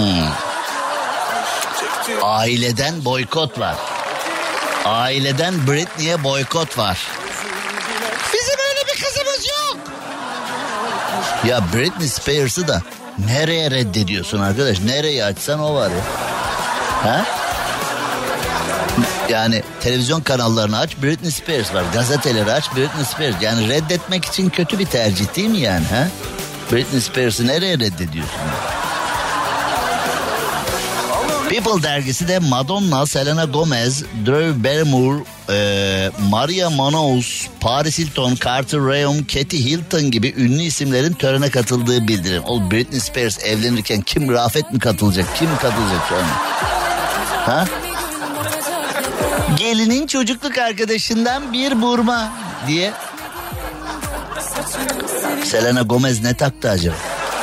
Aileden boykot var. Aileden Britney'e boykot var. Bizim öyle bir kızımız yok. Ya Britney Spears'ı da nereye reddediyorsun arkadaş? Nereyi açsan o var ya. Ha? Yani televizyon kanallarını aç, Britney Spears var. Gazeteleri aç, Britney Spears. Yani reddetmek için kötü bir tercih değil mi yani? Ha? Britney Spears'ı nereye reddediyorsun? People dergisi de Madonna, Selena Gomez, Drew Barrymore, Maria Menounos, Paris Hilton, Carter Reum, Kathy Hilton gibi ünlü isimlerin törene katıldığı bildirim. O Britney Spears evlenirken kim, Rafet mi katılacak? Kim katılacak şu an? Ha? Gelinin çocukluk arkadaşından bir burma diye. Selena Gomez ne taktı acaba?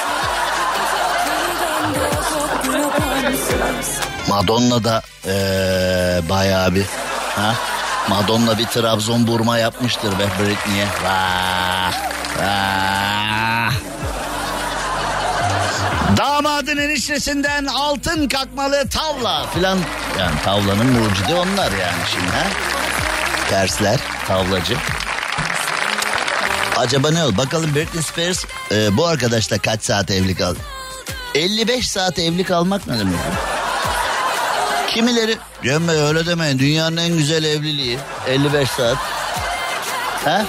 Madonna da bayağı bir, ha? Madonna bir Trabzon burma yapmıştır be Britney'e. Damadın eniştesinden altın kakmalı tavla filan. Yani tavlanın mucidi onlar yani şimdi, ha? Tersler, tavlacı. Acaba ne oldu? Bakalım Britney Spears bu arkadaşla kaç saat evli kaldı? 55 saat evli kalmak ne demek? Kimileri, Cem Bey öyle demeyin, dünyanın en güzel evliliği 55 saat. Ha?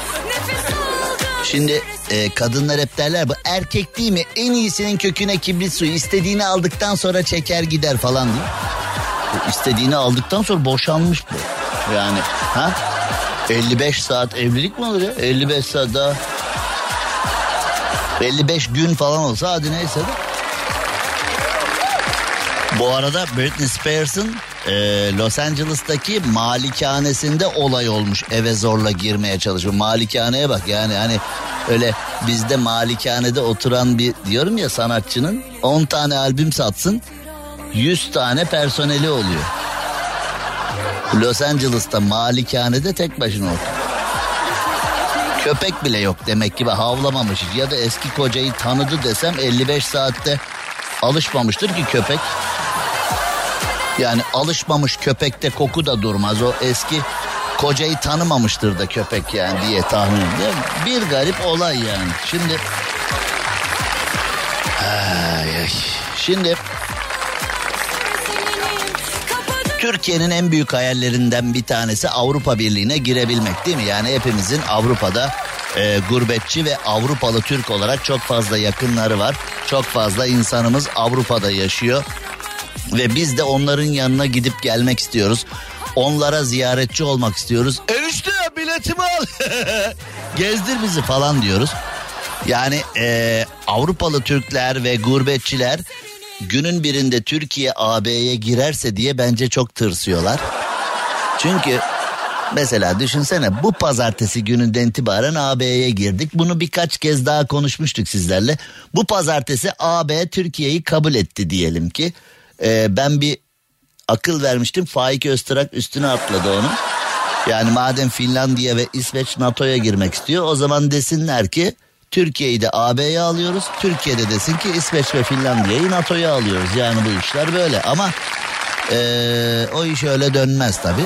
Şimdi kadınlar hep derler, bu erkek değil mi? En iyisinin köküne kibrit suyu, istediğini aldıktan sonra çeker gider falan diye. İstediğini aldıktan sonra boşanmış bu. Yani ha? 55 saat evlilik mi olur ya? 55 saat daha. 55 gün falan olsa hadi neyse de. Bu arada Britney Spears'ın Los Angeles'taki malikanesinde olay olmuş. Eve zorla girmeye çalışıyor. Malikaneye bak yani, hani öyle bizde malikanede oturan bir, diyorum ya, sanatçının 10 tane albüm satsın 100 tane personeli oluyor. Los Angeles'ta malikanede tek başına oturuyor. Köpek bile yok demek ki, havlamamış ya da eski kocayı tanıdı desem 55 saatte alışmamıştır ki köpek. Yani alışmamış köpekte koku da durmaz. O eski kocayı tanımamıştır da köpek yani diye tahmin ediyorum. Bir garip olay yani. Şimdi Türkiye'nin en büyük hayallerinden bir tanesi Avrupa Birliği'ne girebilmek değil mi? Yani hepimizin Avrupa'da gurbetçi ve Avrupalı Türk olarak çok fazla yakınları var. Çok fazla insanımız Avrupa'da yaşıyor. Ve biz de onların yanına gidip gelmek istiyoruz. Onlara ziyaretçi olmak istiyoruz. Enişte biletimi al. Gezdir bizi falan diyoruz. Yani Avrupalı Türkler ve gurbetçiler günün birinde Türkiye AB'ye girerse diye bence çok tırsıyorlar. Çünkü mesela düşünsene, bu pazartesi gününden itibaren AB'ye girdik. Bunu birkaç kez daha konuşmuştuk sizlerle. Bu pazartesi AB Türkiye'yi kabul etti diyelim ki. Ben bir akıl vermiştim. Faik Öztürk üstüne atladı onu. Yani madem Finlandiya ve İsveç NATO'ya girmek istiyor, o zaman desinler ki Türkiye'yi de AB'ye alıyoruz. Türkiye'de desin ki İsveç ve Finlandiya'yı NATO'ya alıyoruz. Yani bu işler böyle ama o iş öyle dönmez tabii.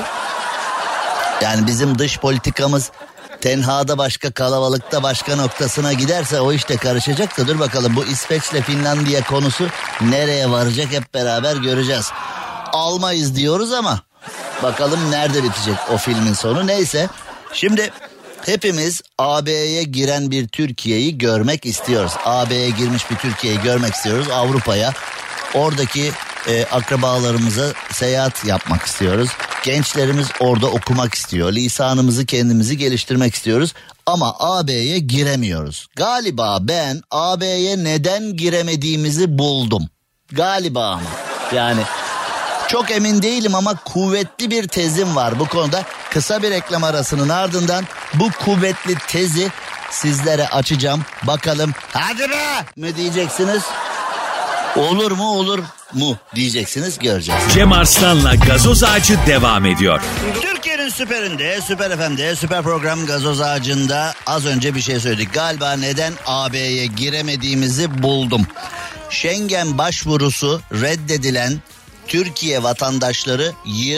Yani bizim dış politikamız tenhada başka, kalabalıkta başka noktasına giderse o işte karışacak da, dur bakalım bu İsveç'le Finlandiya konusu nereye varacak hep beraber göreceğiz. Almayız diyoruz ama bakalım nerede bitecek o filmin sonu. Neyse, şimdi hepimiz AB'ye giren bir Türkiye'yi görmek istiyoruz. AB'ye girmiş bir Türkiye'yi görmek istiyoruz. Avrupa'ya, oradaki akrabalarımıza seyahat yapmak istiyoruz. Gençlerimiz orada okumak istiyor. Lisanımızı, kendimizi geliştirmek istiyoruz. Ama AB'ye giremiyoruz. Galiba ben AB'ye neden giremediğimizi buldum. Galiba ama. Yani çok emin değilim ama kuvvetli bir tezim var bu konuda. Kısa bir reklam arasının ardından bu kuvvetli tezi sizlere açacağım. Bakalım hadi be mi diyeceksiniz? Olur mu olur mu diyeceksiniz, göreceğiz. Cem Arslan'la Gazoz Ağacı devam ediyor. Türkiye'nin süperinde, Süper FM'de, süper program Gazoz Ağacı'nda az önce bir şey söyledik. Galiba neden AB'ye giremediğimizi buldum. Schengen başvurusu reddedilen Türkiye vatandaşları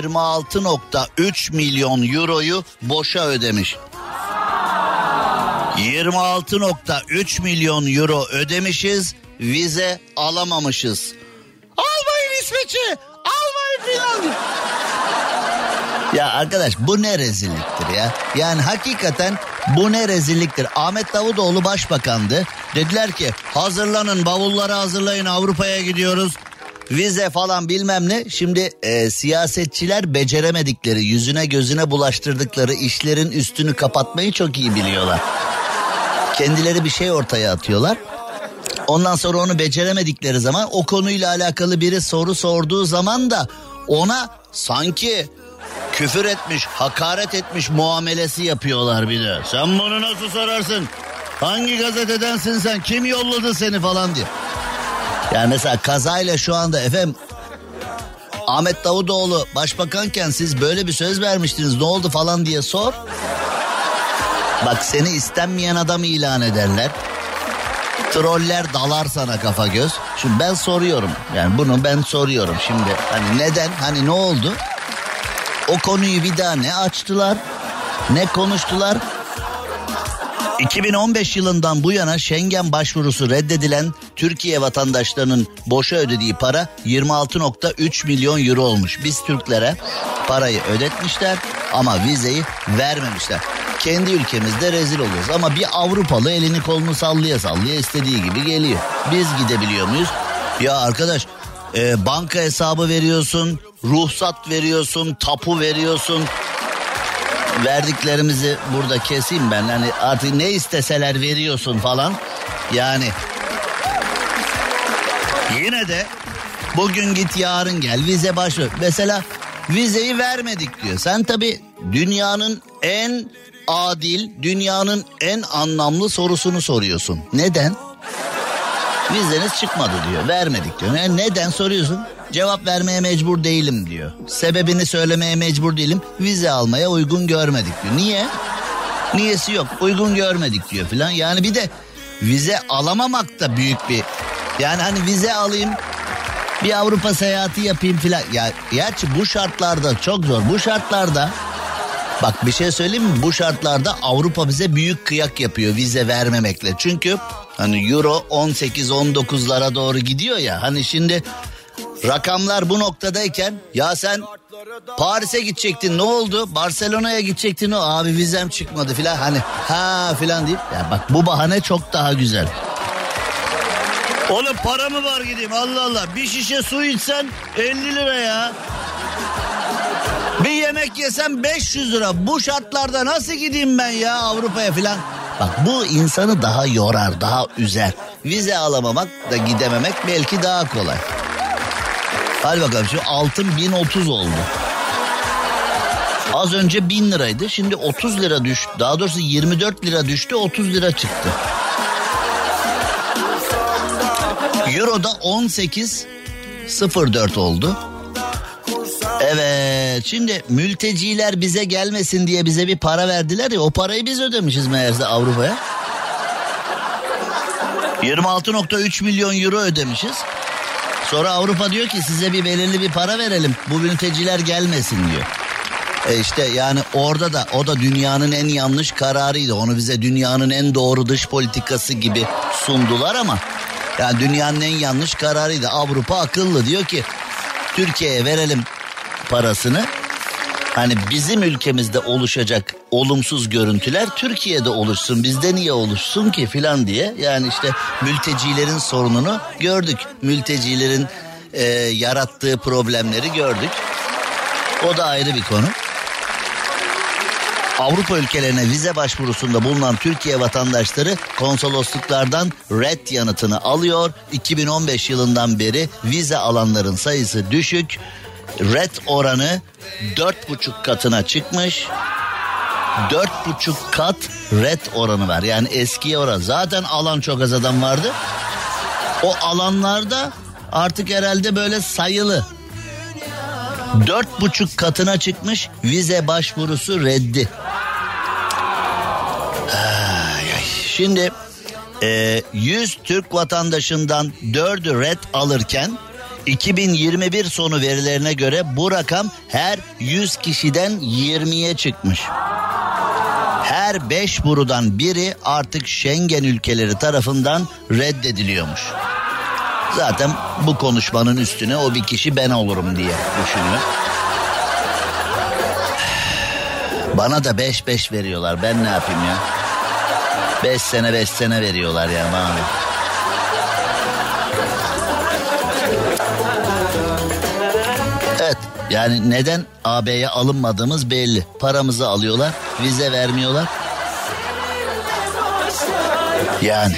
26.3 milyon euroyu boşa ödemiş. 26.3 milyon euro ödemişiz, vize alamamışız. Almayın İsveç'i, almayın Finlandiya. Ya arkadaş bu ne rezilliktir ya. Yani hakikaten bu ne rezilliktir. Ahmet Davutoğlu başbakandı. Dediler ki hazırlanın, bavulları hazırlayın, Avrupa'ya gidiyoruz. Vize falan bilmem ne. Şimdi siyasetçiler beceremedikleri, yüzüne gözüne bulaştırdıkları işlerin üstünü kapatmayı çok iyi biliyorlar. Kendileri bir şey ortaya atıyorlar. Ondan sonra onu beceremedikleri zaman o konuyla alakalı biri soru sorduğu zaman da ona sanki küfür etmiş, hakaret etmiş muamelesi yapıyorlar bir de. Sen bunu nasıl sorarsın? Hangi gazetedensin sen? Kim yolladı seni falan diye. Yani mesela kazayla şu anda efendim Ahmet Davutoğlu başbakanken siz böyle bir söz vermiştiniz, ne oldu falan diye sor. Bak seni istenmeyen adam ilan ederler. Troller dalar sana kafa göz. Şimdi ben soruyorum. Yani bunu ben soruyorum şimdi. Hani neden? Hani ne oldu? O konuyu bir daha ne açtılar? Ne konuştular? 2015 yılından bu yana Schengen başvurusu reddedilen Türkiye vatandaşlarının boşa ödediği para 26.3 milyon euro olmuş. Biz Türklere parayı ödetmişler ama vizeyi vermemişler. Kendi ülkemizde rezil oluyoruz ama bir Avrupalı elini kolunu sallaya sallaya istediği gibi geliyor. Biz gidebiliyor muyuz? Ya arkadaş banka hesabı veriyorsun, ruhsat veriyorsun, tapu veriyorsun. Verdiklerimizi burada keseyim ben. Hani artık ne isteseler veriyorsun falan. Yani yine de bugün git yarın gel vize başvur. Mesela vizeyi vermedik diyor. Sen tabii dünyanın en adil, dünyanın en anlamlı sorusunu soruyorsun. Neden? Vizeniz çıkmadı diyor. Vermedik diyor. Yani neden soruyorsun? Cevap vermeye mecbur değilim diyor. Sebebini söylemeye mecbur değilim. Vize almaya uygun görmedik diyor. Niye? Niyesi yok. Uygun görmedik diyor filan. Yani bir de vize alamamak da büyük bir... Yani hani vize alayım, bir Avrupa seyahati yapayım filan. Ya gerçi bu şartlarda çok zor. Bu şartlarda bak bir şey söyleyeyim mi? Bu şartlarda Avrupa bize büyük kıyak yapıyor vize vermemekle. Çünkü hani euro 18-19'lara doğru gidiyor ya. Hani şimdi rakamlar bu noktadayken ya sen Paris'e gidecektin, ne oldu? Barcelona'ya gidecektin, o abi vizem çıkmadı filan. Hani ha filan deyip ya bak bu bahane çok daha güzel. Oğlum para mı var gideyim, Allah Allah, bir şişe su içsen 50 lira ya. Bir yemek yesem 500 lira. Bu şartlarda nasıl gideyim ben ya Avrupa'ya filan. Bak bu insanı daha yorar, daha üzer. Vize alamamak da gidememek belki daha kolay. Hadi bakalım, şu altın 1030 oldu. Az önce 1000 liraydı. Şimdi 30 lira düştü. Daha doğrusu 24 lira düştü, 30 lira çıktı. Euro da 18.04 oldu. Evet, şimdi mülteciler bize gelmesin diye bize bir para verdiler ya, o parayı biz ödemişiz meğerse Avrupa'ya. 26.3 milyon euro ödemişiz. Sonra Avrupa diyor ki size bir belirli bir para verelim, bu mülteciler gelmesin diyor. İşte yani orada da o da dünyanın en yanlış kararıydı. Onu bize dünyanın en doğru dış politikası gibi sundular ama yani dünyanın en yanlış kararıydı. Avrupa akıllı, diyor ki Türkiye'ye verelim parasını. Hani bizim ülkemizde oluşacak olumsuz görüntüler Türkiye'de oluşsun, bizde niye oluşsun ki filan diye. Yani işte mültecilerin sorununu gördük. Mültecilerin yarattığı problemleri gördük. O da ayrı bir konu. Avrupa ülkelerine vize başvurusunda bulunan Türkiye vatandaşları konsolosluklardan red yanıtını alıyor. 2015 yılından beri vize alanların sayısı düşük. Red oranı 4,5 katına çıkmış. 4,5 kat red oranı var. Yani eskiye oran. Zaten alan çok az adam vardı. O alanlarda artık herhalde böyle sayılı. 4,5 katına çıkmış vize başvurusu reddi. Şimdi 100 Türk vatandaşından 4'ü red alırken 2021 sonu verilerine göre bu rakam her 100 kişiden 20'ye çıkmış. Her 5 burudan biri artık Schengen ülkeleri tarafından reddediliyormuş. Zaten bu konuşmanın üstüne o bir kişi ben olurum diye düşünüyor. Bana da 5 veriyorlar. Ben ne yapayım ya? 5 sene veriyorlar ya bana. Evet, yani neden AB'ye alınmadığımız belli. Paramızı alıyorlar, vize vermiyorlar. Yani.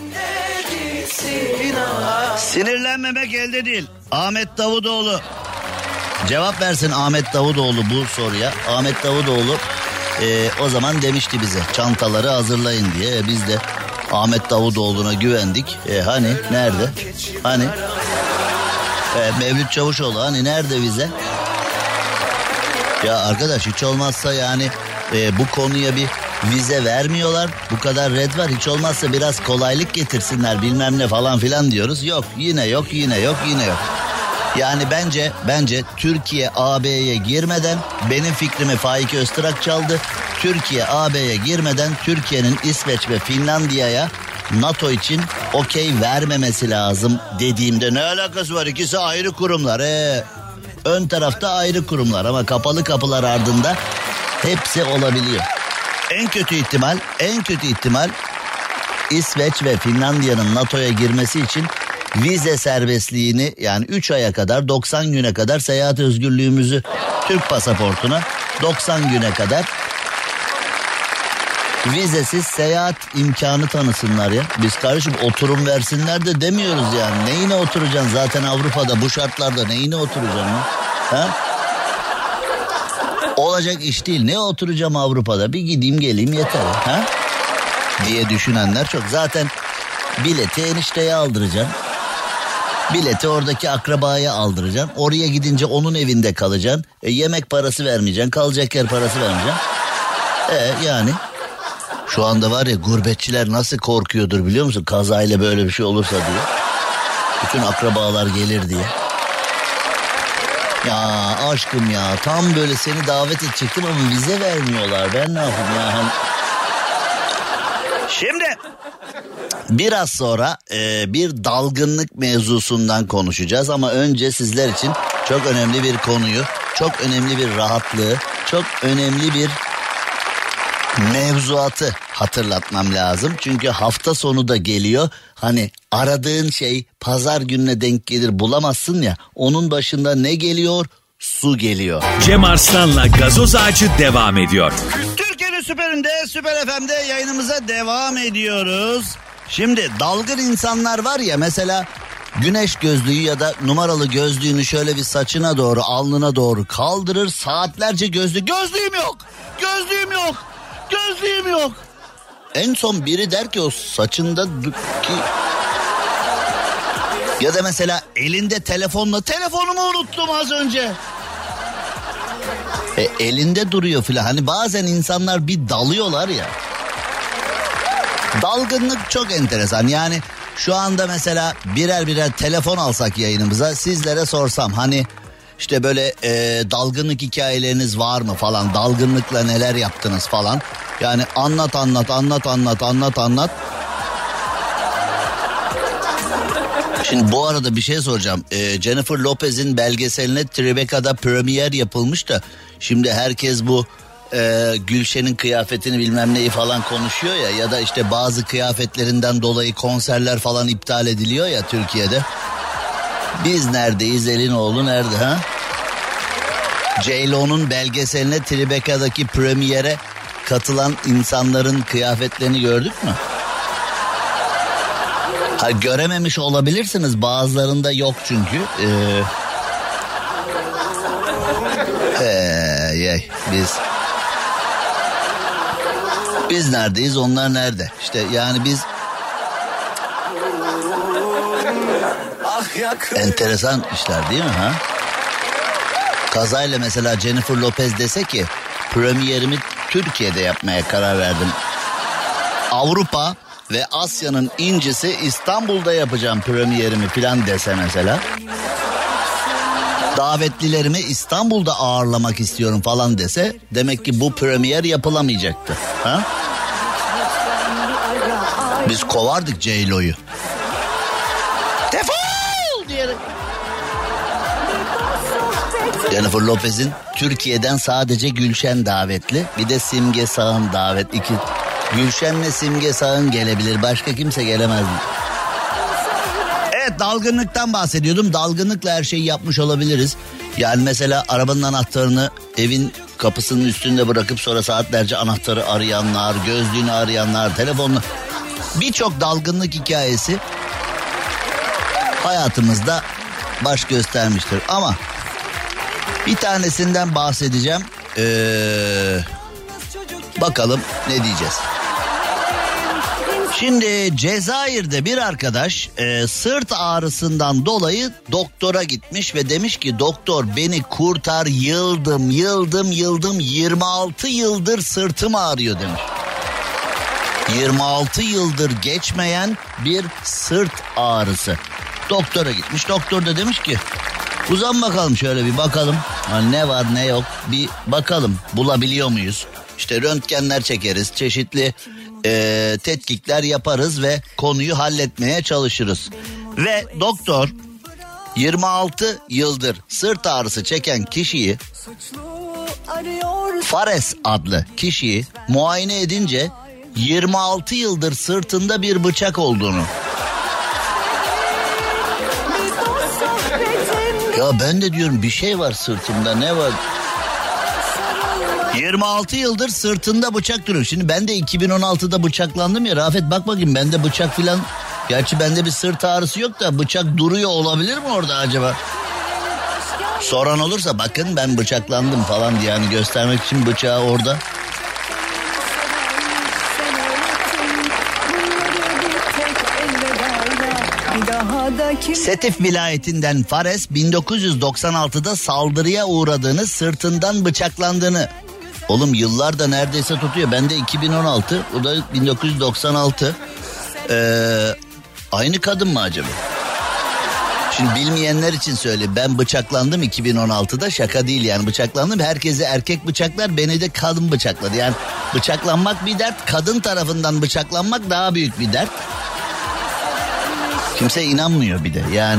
Sinirlenmemek elde değil. Ahmet Davutoğlu. Cevap versin Ahmet Davutoğlu bu soruya. Ahmet Davutoğlu o zaman demişti bize çantaları hazırlayın diye. Biz de Ahmet Davutoğlu'na güvendik. Hani nerede? Hani? Mevlüt Çavuşoğlu hani nerede vize? Ya arkadaş hiç olmazsa yani bu konuya bir vize vermiyorlar. Bu kadar red var. Hiç olmazsa biraz kolaylık getirsinler bilmem ne falan filan diyoruz. Yok yine yok. Yani bence Türkiye AB'ye girmeden, benim fikrimi Faik Öztürk çaldı. Türkiye AB'ye girmeden Türkiye'nin İsveç ve Finlandiya'ya NATO için okey vermemesi lazım dediğimde ne alakası var? İkisi ayrı kurumlar. Ön tarafta ayrı kurumlar ama kapalı kapılar ardında hepsi olabiliyor. En kötü ihtimal İsveç ve Finlandiya'nın NATO'ya girmesi için vize serbestliğini yani 3 aya kadar 90 güne kadar seyahat özgürlüğümüzü Türk pasaportuna 90 güne kadar vizesiz seyahat imkanı tanısınlar ya. Biz kardeşim oturum versinler de demiyoruz yani. Neyine oturacaksın zaten Avrupa'da bu şartlarda neyine oturacaksın ya? Ha? Olacak iş değil. Ne oturacağım Avrupa'da bir gideyim geleyim yeter ha? Diye düşünenler çok. Zaten bileti enişteye aldıracaksın. Bileti oradaki akrabaya aldıracaksın. Oraya gidince onun evinde kalacaksın. Yemek parası vermeyeceksin. Kalacak yer parası vermeyeceksin. Yani şu anda var ya gurbetçiler nasıl korkuyordur biliyor musun? Kazayla böyle bir şey olursa diye. Bütün akrabalar gelir diye. Ya aşkım ya tam böyle seni davet edecektim ama vize vermiyorlar. Ben ne yapayım ya? Şimdi biraz sonra bir dalgınlık mevzusundan konuşacağız ama önce sizler için çok önemli bir konuyu, çok önemli bir rahatlığı, çok önemli bir mevzuatı hatırlatmam lazım. Çünkü hafta sonu da geliyor. Hani aradığın şey pazar gününe denk gelir bulamazsın ya. Onun başında ne geliyor? Su geliyor. Cem Arslan'la Gazoz Ağacı devam ediyor. Türkiye'nin süperinde, Süper FM'de yayınımıza devam ediyoruz. Şimdi dalgın insanlar var ya mesela güneş gözlüğü ya da numaralı gözlüğünü şöyle bir saçına doğru, alnına doğru kaldırır. Saatlerce gözlüğüm yok. En son biri der ki o saçındaki ya da mesela elinde telefonumu unuttum az önce. Elinde duruyor filan. Hani bazen insanlar bir dalıyorlar ya. Dalgınlık çok enteresan. Yani şu anda mesela birer telefon alsak yayınımıza sizlere sorsam hani işte böyle dalgınlık hikayeleriniz var mı falan, dalgınlıkla neler yaptınız falan. Yani anlat. Şimdi bu arada bir şey soracağım. Jennifer Lopez'in belgeseline Tribeca'da premier yapılmış da şimdi herkes bu Gülşen'in kıyafetini bilmem neyi falan konuşuyor ya da işte bazı kıyafetlerinden dolayı konserler falan iptal ediliyor ya Türkiye'de. Biz neredeyiz? Elinoğlu nerede ha? J.Lo'nun belgeseline Tribeca'daki premiere katılan insanların kıyafetlerini gördük mü? Ha, görememiş olabilirsiniz. Bazılarında yok çünkü. Biz neredeyiz? Onlar nerede? İşte yani biz enteresan işler değil mi ha? Kazayla mesela Jennifer Lopez dese ki premierimi Türkiye'de yapmaya karar verdim. Avrupa ve Asya'nın incisi İstanbul'da yapacağım premierimi falan dese mesela. Davetlilerimi İstanbul'da ağırlamak istiyorum falan dese demek ki bu premier yapılamayacaktı. Ha? Biz kovardık J.Lo'yu. Defol diyerek. Jennifer Lopez'in Türkiye'den sadece Gülşen davetli. Bir de Simge Sağ'ın davet. Gülşen'le Simge Sağ'ın gelebilir. Başka kimse gelemez. Evet, dalgınlıktan bahsediyordum. Dalgınlıkla her şeyi yapmış olabiliriz. Yani mesela arabanın anahtarını evin kapısının üstünde bırakıp sonra saatlerce anahtarı arayanlar, gözlüğünü arayanlar, telefonla... Birçok dalgınlık hikayesi hayatımızda baş göstermiştir. Ama bir tanesinden bahsedeceğim. Bakalım ne diyeceğiz. Şimdi Cezayir'de bir arkadaş sırt ağrısından dolayı doktora gitmiş ve demiş ki doktor beni kurtar, yıldım 26 yıldır sırtım ağrıyor demiş. 26 yıldır geçmeyen bir sırt ağrısı. Doktora gitmiş, doktor da demiş ki uzan bakalım, şöyle bir bakalım ne var ne yok bir bakalım, bulabiliyor muyuz? İşte röntgenler çekeriz, çeşitli tetkikler yaparız ve konuyu halletmeye çalışırız. Ve doktor 26 yıldır sırt ağrısı çeken kişiyi, Fares adlı kişiyi muayene edince 26 yıldır sırtında bir bıçak olduğunu. Ya ben de diyorum bir şey var sırtımda, ne var? 26 yıldır sırtında bıçak duruyor. Şimdi ben de 2016'da bıçaklandım ya Rafet, bak bakayım bende bıçak filan. Gerçi bende bir sırt ağrısı yok da bıçak duruyor olabilir mi orada acaba? Soran olursa bakın ben bıçaklandım falan diye, yani göstermek için bıçağı orada. Setif vilayetinden Fares 1996'da saldırıya uğradığını, sırtından bıçaklandığını. Oğlum yıllar da neredeyse tutuyor. Ben de 2016, o da 1996. Aynı kadın mı acaba? Şimdi bilmeyenler için söyleyeyim. Ben bıçaklandım 2016'da, şaka değil yani, bıçaklandım. Herkesi erkek bıçaklar, beni de kadın bıçakladı. Yani bıçaklanmak bir dert, kadın tarafından bıçaklanmak daha büyük bir dert. Kimse inanmıyor bir de yani.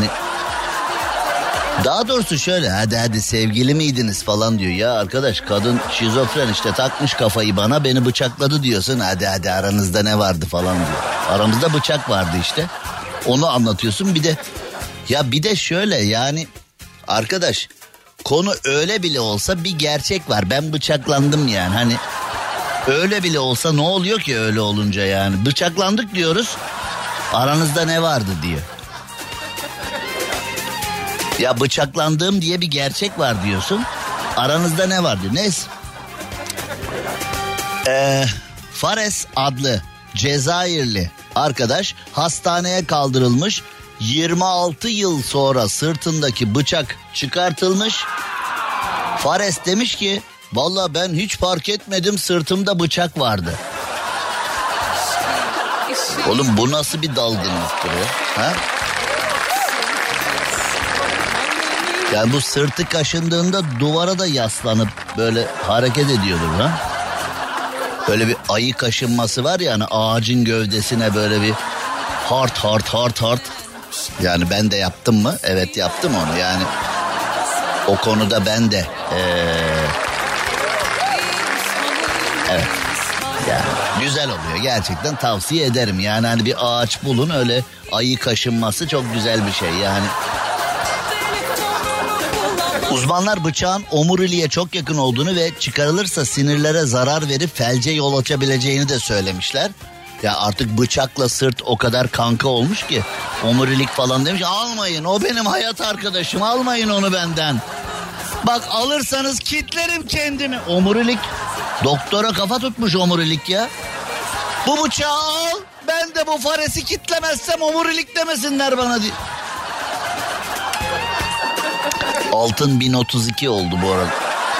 Daha doğrusu şöyle, hadi sevgili miydiniz falan diyor. Ya arkadaş, kadın şizofren işte, takmış kafayı bana, beni bıçakladı diyorsun. Hadi aranızda ne vardı falan diyor. Aramızda bıçak vardı işte. Onu anlatıyorsun bir de. Ya bir de şöyle yani arkadaş, konu öyle bile olsa bir gerçek var. Ben bıçaklandım yani, hani öyle bile olsa ne oluyor ki öyle olunca yani. Bıçaklandık diyoruz, aranızda ne vardı diyor. Ya bıçaklandığım diye bir gerçek var diyorsun, aranızda ne var diyor. Neyse. Fares adlı Cezayirli arkadaş hastaneye kaldırılmış. 26 yıl sonra sırtındaki bıçak çıkartılmış. Fares demiş ki vallahi ben hiç fark etmedim, sırtımda bıçak vardı. Oğlum bu nasıl bir dalgınlıktır ya? Ha? Yani bu sırtı kaşındığında duvara da yaslanıp böyle hareket ediyordur ha? Böyle bir ayı kaşınması var ya, hani ağacın gövdesine böyle bir hard. Yani ben de yaptım mı? Evet yaptım onu yani. O konuda ben de evet. Yani güzel oluyor gerçekten, tavsiye ederim. Yani hani bir ağaç bulun, öyle ayı kaşınması çok güzel bir şey yani. Uzmanlar bıçağın omuriliğe çok yakın olduğunu ve çıkarılırsa sinirlere zarar verip felce yol açabileceğini de söylemişler. Ya artık bıçakla sırt o kadar kanka olmuş ki omurilik falan demiş. Almayın, o benim hayat arkadaşım, almayın onu benden. Bak alırsanız kitlerim kendimi. Omurilik, doktora kafa tutmuş omurilik ya. Bu bıçağı al, ben de bu faresi kitlemezsem omurilik demesinler bana diye. Altın 1032 oldu bu arada.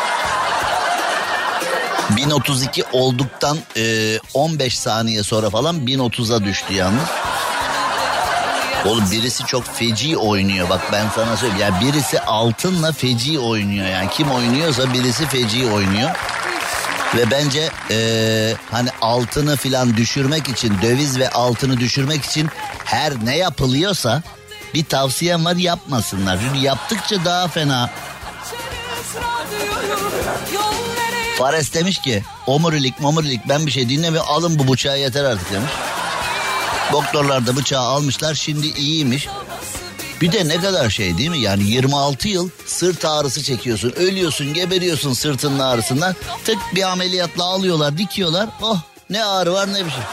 1032 olduktan 15 saniye sonra falan 1030'a düştü yalnız. Oğlum birisi çok feci oynuyor, bak ben sana söyleyeyim. Yani birisi altınla feci oynuyor, yani kim oynuyorsa birisi feci oynuyor. Ve bence hani altını filan düşürmek için, döviz ve altını düşürmek için her ne yapılıyorsa bir tavsiyem var, yapmasınlar. Çünkü yaptıkça daha fena. Fares demiş ki omurilik ben bir şey dinlemiyorum, alın bu bıçağı yeter artık demiş. Doktorlar da bıçağı almışlar, şimdi iyiymiş. Bir de ne kadar şey değil mi? Yani 26 yıl sırt ağrısı çekiyorsun. Ölüyorsun, geberiyorsun sırtının ağrısından. Tık bir ameliyatla alıyorlar, dikiyorlar. Oh, ne ağrı var ne bir şey.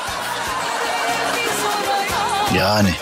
Yani.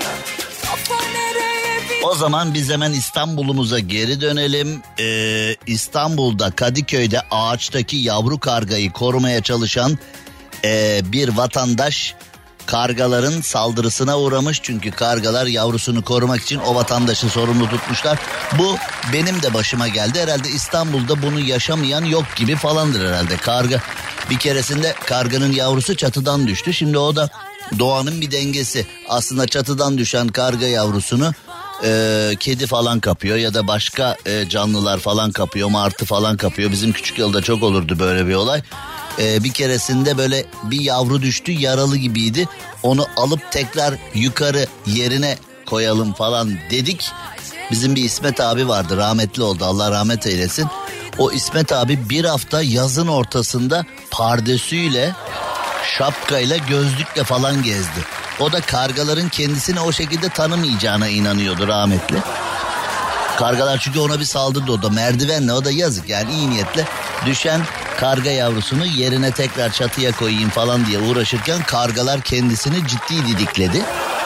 O zaman biz hemen İstanbul'umuza geri dönelim. İstanbul'da Kadıköy'de ağaçtaki yavru kargayı korumaya çalışan bir vatandaş kargaların saldırısına uğramış. Çünkü kargalar yavrusunu korumak için o vatandaşı sorumlu tutmuşlar. Bu benim de başıma geldi. Herhalde İstanbul'da bunu yaşamayan yok gibi falandır herhalde. Karga bir keresinde karganın yavrusu çatıdan düştü. Şimdi o da doğanın bir dengesi. Aslında çatıdan düşen karga yavrusunu kedi falan kapıyor ya da başka canlılar falan kapıyor, martı falan kapıyor. Bizim küçük yılda çok olurdu böyle bir olay. Bir keresinde böyle bir yavru düştü, yaralı gibiydi. Onu alıp tekrar yukarı yerine koyalım falan dedik. Bizim bir İsmet abi vardı, rahmetli oldu, Allah rahmet eylesin. O İsmet abi bir hafta yazın ortasında pardesüyle, şapkayla, gözlükle falan gezdi. O da kargaların kendisini o şekilde tanımayacağına inanıyordu rahmetli. Kargalar çünkü ona bir saldırdı, o da merdivenle, o da yazık yani, iyi niyetle düşen karga yavrusunu yerine tekrar çatıya koyayım falan diye uğraşırken kargalar kendisini ciddi didikledi.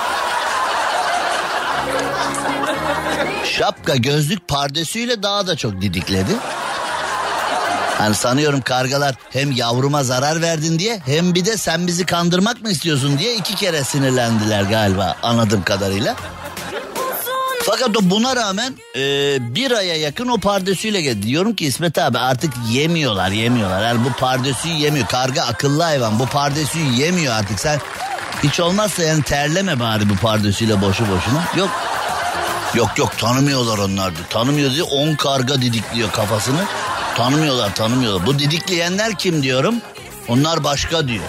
Şapka, gözlük, pardesüyle daha da çok didikledi. Hani sanıyorum kargalar hem yavruma zarar verdin diye hem bir de sen bizi kandırmak mı istiyorsun diye 2 kere sinirlendiler galiba anladığım kadarıyla. Fakat o buna rağmen bir aya yakın o pardesüyle geldi. Diyorum ki İsmet abi artık yemiyorlar. Yani bu pardesüyü yemiyor. Karga akıllı hayvan, bu pardesüyü yemiyor artık. Sen hiç olmazsa yani terleme bari bu pardesüyle boşu boşuna. Yok tanımıyorlar onlar diyor. Tanımıyor diyor, 10 karga didikliyor kafasını. Tanımıyorlar. Bu didikleyenler kim diyorum? Onlar başka diyor.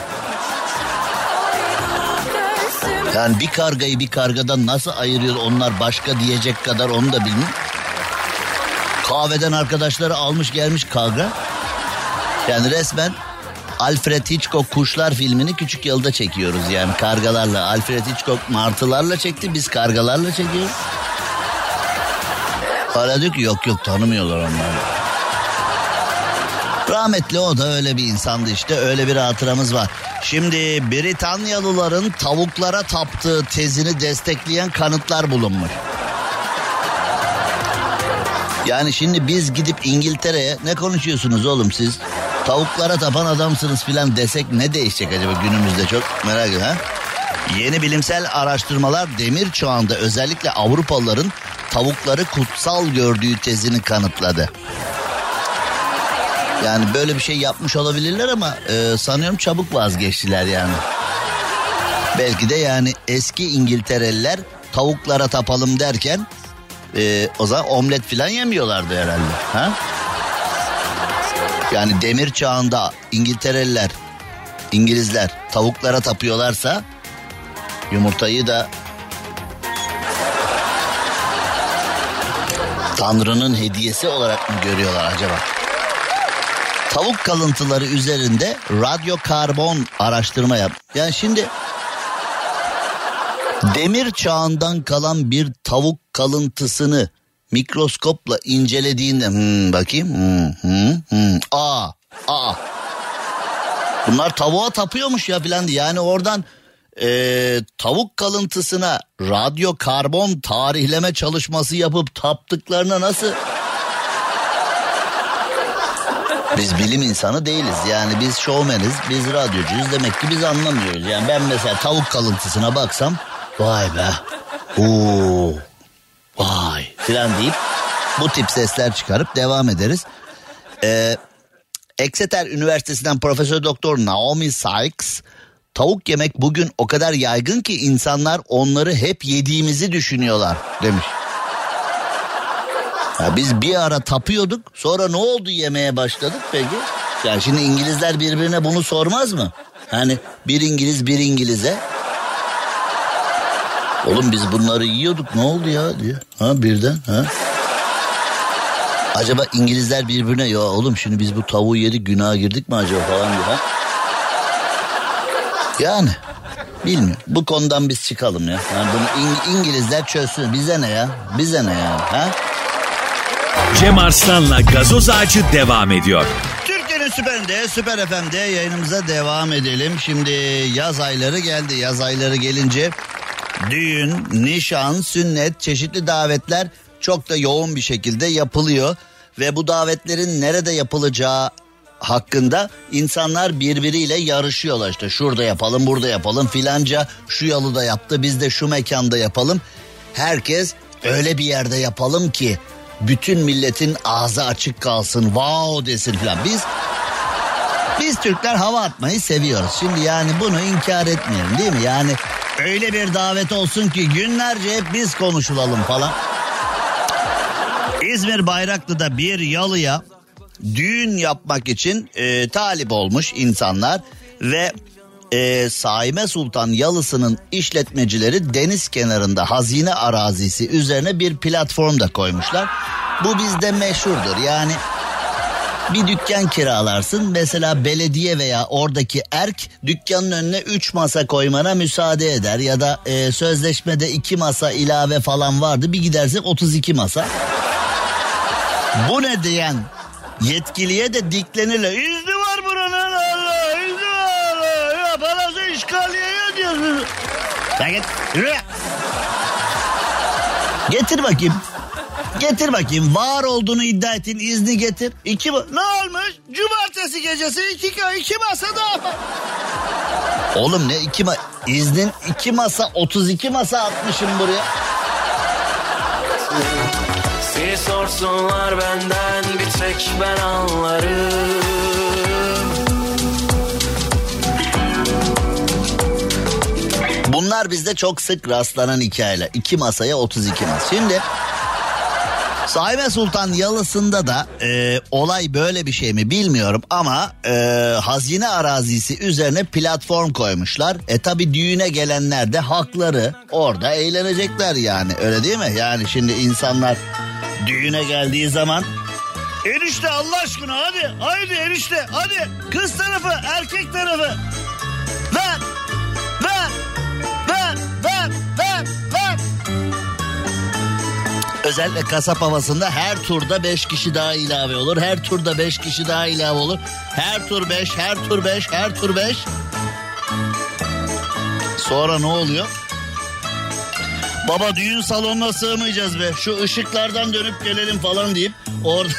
Yani bir kargayı bir kargadan nasıl ayırıyor onlar başka diyecek kadar, onu da bilmiyorum. Kahveden arkadaşları almış gelmiş karga. Yani resmen Alfred Hitchcock Kuşlar filmini küçük yılda çekiyoruz yani kargalarla. Alfred Hitchcock martılarla çekti, biz kargalarla çekiyoruz. Hala diyor ki yok tanımıyorlar onları. Rahmetli o da öyle bir insandı işte, öyle bir hatıramız var. Şimdi Britanyalıların tavuklara taptığı tezini destekleyen kanıtlar bulunmuş. Yani şimdi biz gidip İngiltere'ye ne konuşuyorsunuz oğlum siz? Tavuklara tapan adamsınız filan desek ne değişecek acaba günümüzde, çok merak ediyorum. Ha? Yeni bilimsel araştırmalar demir çağında özellikle Avrupalıların tavukları kutsal gördüğü tezini kanıtladı. Yani böyle bir şey yapmış olabilirler ama sanıyorum çabuk vazgeçtiler yani. Belki de yani eski İngiltereliler tavuklara tapalım derken o zaman omlet filan yemiyorlardı herhalde. Ha? Yani demir çağında İngilizler tavuklara tapıyorlarsa yumurtayı da Tanrı'nın hediyesi olarak mı görüyorlar acaba? Tavuk kalıntıları üzerinde radyokarbon araştırma yap. Yani şimdi demir çağından kalan bir tavuk kalıntısını mikroskopla incelediğinde bakayım. Bunlar tavuğa tapıyormuş ya filan diye. Yani oradan tavuk kalıntısına radyokarbon tarihleme çalışması yapıp taptıklarına nasıl... Biz bilim insanı değiliz yani, biz şovmeniz, biz radyocuyuz, demek ki biz anlamıyoruz. Yani ben mesela tavuk kalıntısına baksam vay be, vay filan deyip bu tip sesler çıkarıp devam ederiz. Exeter Üniversitesi'nden Profesör Doktor Naomi Sykes, tavuk yemek bugün o kadar yaygın ki insanlar onları hep yediğimizi düşünüyorlar demiş. Ya biz bir ara tapıyorduk, sonra ne oldu yemeye başladık peki? Yani şimdi İngilizler birbirine bunu sormaz mı? Hani bir İngiliz bir İngiliz'e. Oğlum biz bunları yiyorduk, ne oldu ya diyor. Ha birden ha. Acaba İngilizler birbirine ya oğlum şimdi biz bu tavuğu yedik günaha girdik mi acaba falan diye. Ha? Yani bilmiyorum. Bu konudan biz çıkalım ya. Yani bunu İngilizler çözsün. Bize ne ya? Bize ne ya? Ha? Cem Arslan'la Gazoz Ağacı devam ediyor. Türkiye'nin süperinde, Süper FM'de yayınımıza devam edelim. Şimdi yaz ayları geldi. Yaz ayları gelince düğün, nişan, sünnet, çeşitli davetler çok da yoğun bir şekilde yapılıyor. Ve bu davetlerin nerede yapılacağı hakkında insanlar birbiriyle yarışıyorlar. İşte şurada yapalım, burada yapalım, filanca şu yalıda yaptı, biz de şu mekanda yapalım. Herkes öyle bir yerde yapalım ki bütün milletin ağzı açık kalsın, wow desin filan. Biz Türkler hava atmayı seviyoruz. Şimdi yani bunu inkar etmeyelim değil mi? Yani öyle bir davet olsun ki günlerce hep biz konuşulalım falan. İzmir Bayraklı'da bir yalıya düğün yapmak için talip olmuş insanlar ve Saime Sultan Yalısı'nın işletmecileri deniz kenarında hazine arazisi üzerine bir platform da koymuşlar. Bu bizde meşhurdur. Yani bir dükkan kiralarsın, mesela belediye veya oradaki erk dükkanın önüne 3 masa koymana müsaade eder ya da sözleşmede 2 masa ilave falan vardı, bir gidersin 32 masa. Bu ne diyen yetkiliye de diklenirler. İzni var buranın, Allah izni var. Ya parası işgaliyeye diyorsun. Sen git yürü. Getir bakayım. Var olduğunu iddia ettiğin izni getir. Ne olmuş? Cumartesi gecesi 2 masa daha. Oğlum ne 2 masa? İznin 2 masa 32 masa atmışım buraya. Seni sorsunlar benden bir tek ben anlarım. Bunlar bizde çok sık rastlanan hikayeler. 2 masaya 32 masa. Şimdi Saime Sultan Yalısı'nda da olay böyle bir şey mi bilmiyorum ama hazine arazisi üzerine platform koymuşlar. Tabi düğüne gelenler de hakları, orada eğlenecekler yani, öyle değil mi? Yani şimdi insanlar düğüne geldiği zaman enişte Allah aşkına hadi enişte hadi, kız tarafı erkek tarafı ver. Özellikle kasap havasında her turda 5 kişi daha ilave olur. Her turda 5 kişi daha ilave olur. Her tur 5, her tur 5, her tur 5. Sonra ne oluyor? Baba düğün salonuna sığmayacağız be. Şu ışıklardan dönüp gelelim falan deyip orada...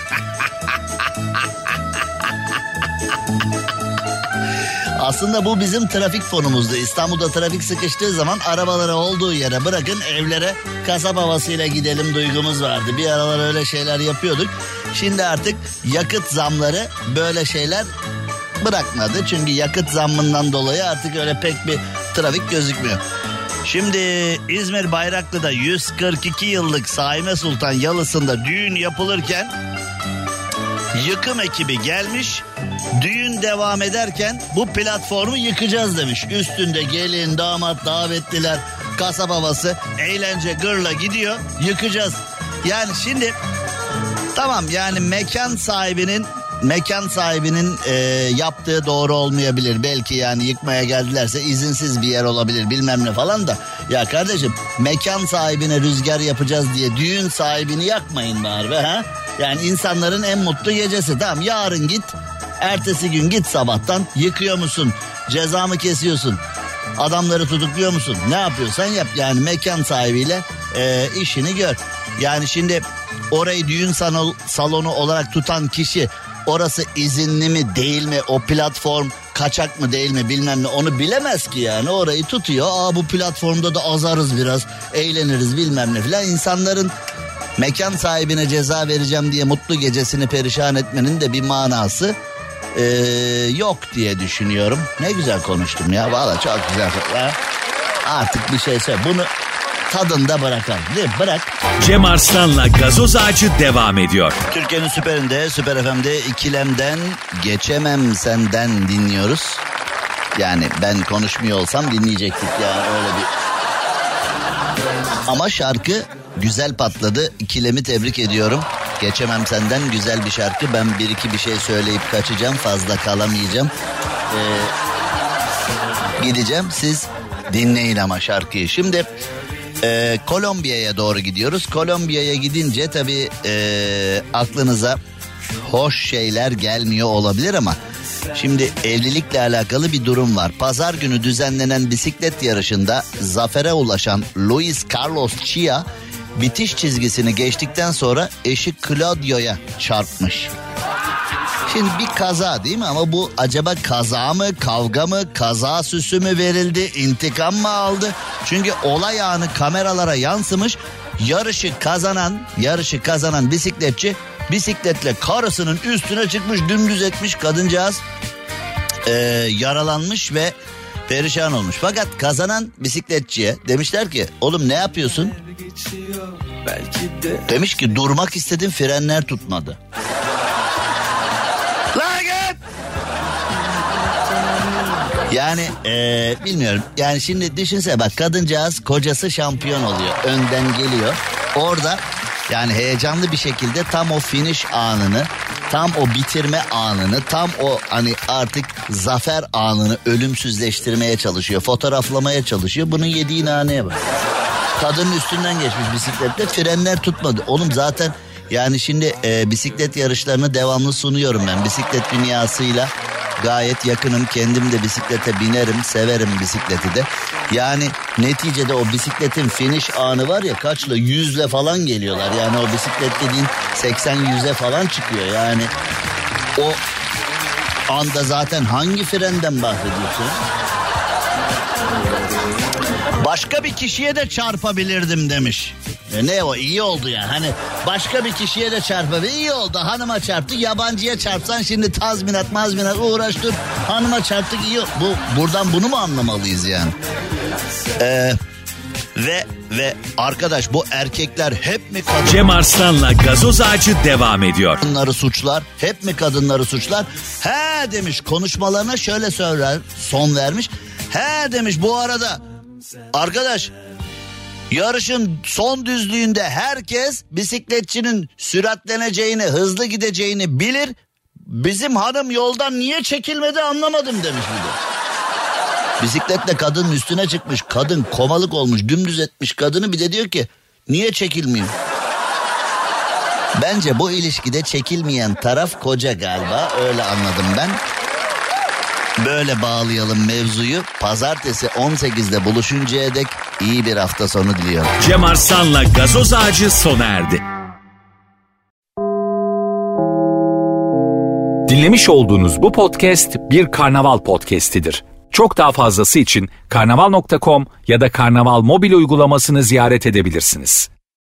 Aslında bu bizim trafik fonumuzdu. İstanbul'da trafik sıkıştığı zaman arabaları olduğu yere bırakın, evlere kasap havasıyla gidelim duygumuz vardı. Bir aralar öyle şeyler yapıyorduk. Şimdi artık yakıt zamları böyle şeyler bırakmadı. Çünkü yakıt zammından dolayı artık öyle pek bir trafik gözükmüyor. Şimdi İzmir Bayraklı'da 142 yıllık Saime Sultan Yalısı'nda düğün yapılırken yıkım ekibi gelmiş. Düğün devam ederken bu platformu yıkacağız demiş. Üstünde gelin, damat, davetliler, kasap havası, eğlence gırla gidiyor. Yıkacağız. Yani şimdi tamam, yani mekan sahibinin yaptığı doğru olmayabilir. Belki yani yıkmaya geldilerse izinsiz bir yer olabilir, bilmem ne falan da. Ya kardeşim, mekan sahibine rüzgar yapacağız diye düğün sahibini yakmayın bari be ha. Yani insanların en mutlu gecesi. Tamam, yarın git, ertesi gün git sabahtan, yıkıyor musun? Ceza mı kesiyorsun? Adamları tutukluyor musun? Ne yapıyorsan yap. Yani mekan sahibiyle işini gör. Yani şimdi orayı düğün salonu olarak tutan kişi, orası izinli mi değil mi? O platform kaçak mı değil mi bilmem ne, onu bilemez ki yani. Orayı tutuyor. Bu platformda da azarız biraz, eğleniriz bilmem ne filan. İnsanların mekan sahibine ceza vereceğim diye mutlu gecesini perişan etmenin de bir manası yok diye düşünüyorum. Ne güzel konuştum ya. Vallahi çok güzel. Artık bir şey söyle. Bunu tadında bırakalım değil mi? Bırak. Cem Arslan'la Gazoz Ağacı devam ediyor. Türkiye'nin süperinde, Süper FM'de İkilem'den Geçemem Senden dinliyoruz. Yani ben konuşmuyor olsam dinleyecektik yani, öyle bir. Ama şarkı güzel patladı. İkilem'i tebrik ediyorum. Geçemem Senden güzel bir şarkı. Ben bir şey söyleyip kaçacağım. Fazla kalamayacağım. Gideceğim. Siz dinleyin ama şarkıyı. Şimdi Kolombiya'ya doğru gidiyoruz. Kolombiya'ya gidince tabii aklınıza hoş şeyler gelmiyor olabilir ama şimdi evlilikle alakalı bir durum var. Pazar günü düzenlenen bisiklet yarışında zafere ulaşan Luis Carlos Chia bitiş çizgisini geçtikten sonra eşi Claudio'ya çarpmış. Şimdi bir kaza değil mi, ama bu acaba kaza mı, kavga mı, kaza süsü mü verildi, intikam mı aldı? Çünkü olay anı kameralara yansımış. Yarışı kazanan bisikletçi bisikletle karısının üstüne çıkmış, dümdüz etmiş. Kadıncağız yaralanmış ve perişan olmuş. Fakat kazanan bisikletçiye demişler ki oğlum ne yapıyorsun? Demiş ki durmak istedim, frenler tutmadı. Yani bilmiyorum. Yani şimdi düşünsene bak, kadıncağız kocası şampiyon oluyor. Önden geliyor. Orada yani heyecanlı bir şekilde tam o finish anını, tam o bitirme anını, tam o hani artık zafer anını ölümsüzleştirmeye çalışıyor. Fotoğraflamaya çalışıyor. Bunun yediği naneye bak. Kadının üstünden geçmiş bisikletle, frenler tutmadı. Oğlum zaten yani şimdi bisiklet yarışlarını devamlı sunuyorum ben. Bisiklet dünyasıyla gayet yakınım. Kendim de bisiklete binerim, severim bisikleti de. Yani neticede o bisikletin finish anı var ya, kaçla 100'le falan geliyorlar. Yani o bisiklet dediğin 80-100'e falan çıkıyor. Yani o anda zaten hangi frenden bahsediyorsun? Başka bir kişiye de çarpabilirdim demiş. Ne o, iyi oldu ya. Hani başka bir kişiye de çarpabilir. İyi oldu, hanıma çarptı. Yabancıya çarpsan şimdi tazminat uğraş dur. Hanıma çarptık, iyi. Buradan bunu mu anlamalıyız yani? Ve arkadaş, bu erkekler hep mi kadın? Cem Arslan'la Gazoz Ağacı devam ediyor. Kadınları suçlar, hep mi kadınları suçlar? He demiş, konuşmalarına şöyle son vermiş. He demiş, bu arada arkadaş, yarışın son düzlüğünde herkes bisikletçinin süratleneceğini, hızlı gideceğini bilir. Bizim hanım yoldan niye çekilmedi anlamadım demiş bir de. Bisikletle kadının üstüne çıkmış. Kadın komalık olmuş, dümdüz etmiş kadını, bir de diyor ki niye çekilmiyor? Bence bu ilişkide çekilmeyen taraf koca galiba, öyle anladım ben. Böyle bağlayalım mevzuyu. Pazartesi 18'de buluşuncaya dek iyi bir hafta sonu diliyorum. Cem Arslan'la Gazoz Ağacı sona erdi. Dinlemiş olduğunuz bu podcast bir Karnaval podcastidir. Çok daha fazlası için karnaval.com ya da Karnaval mobil uygulamasını ziyaret edebilirsiniz.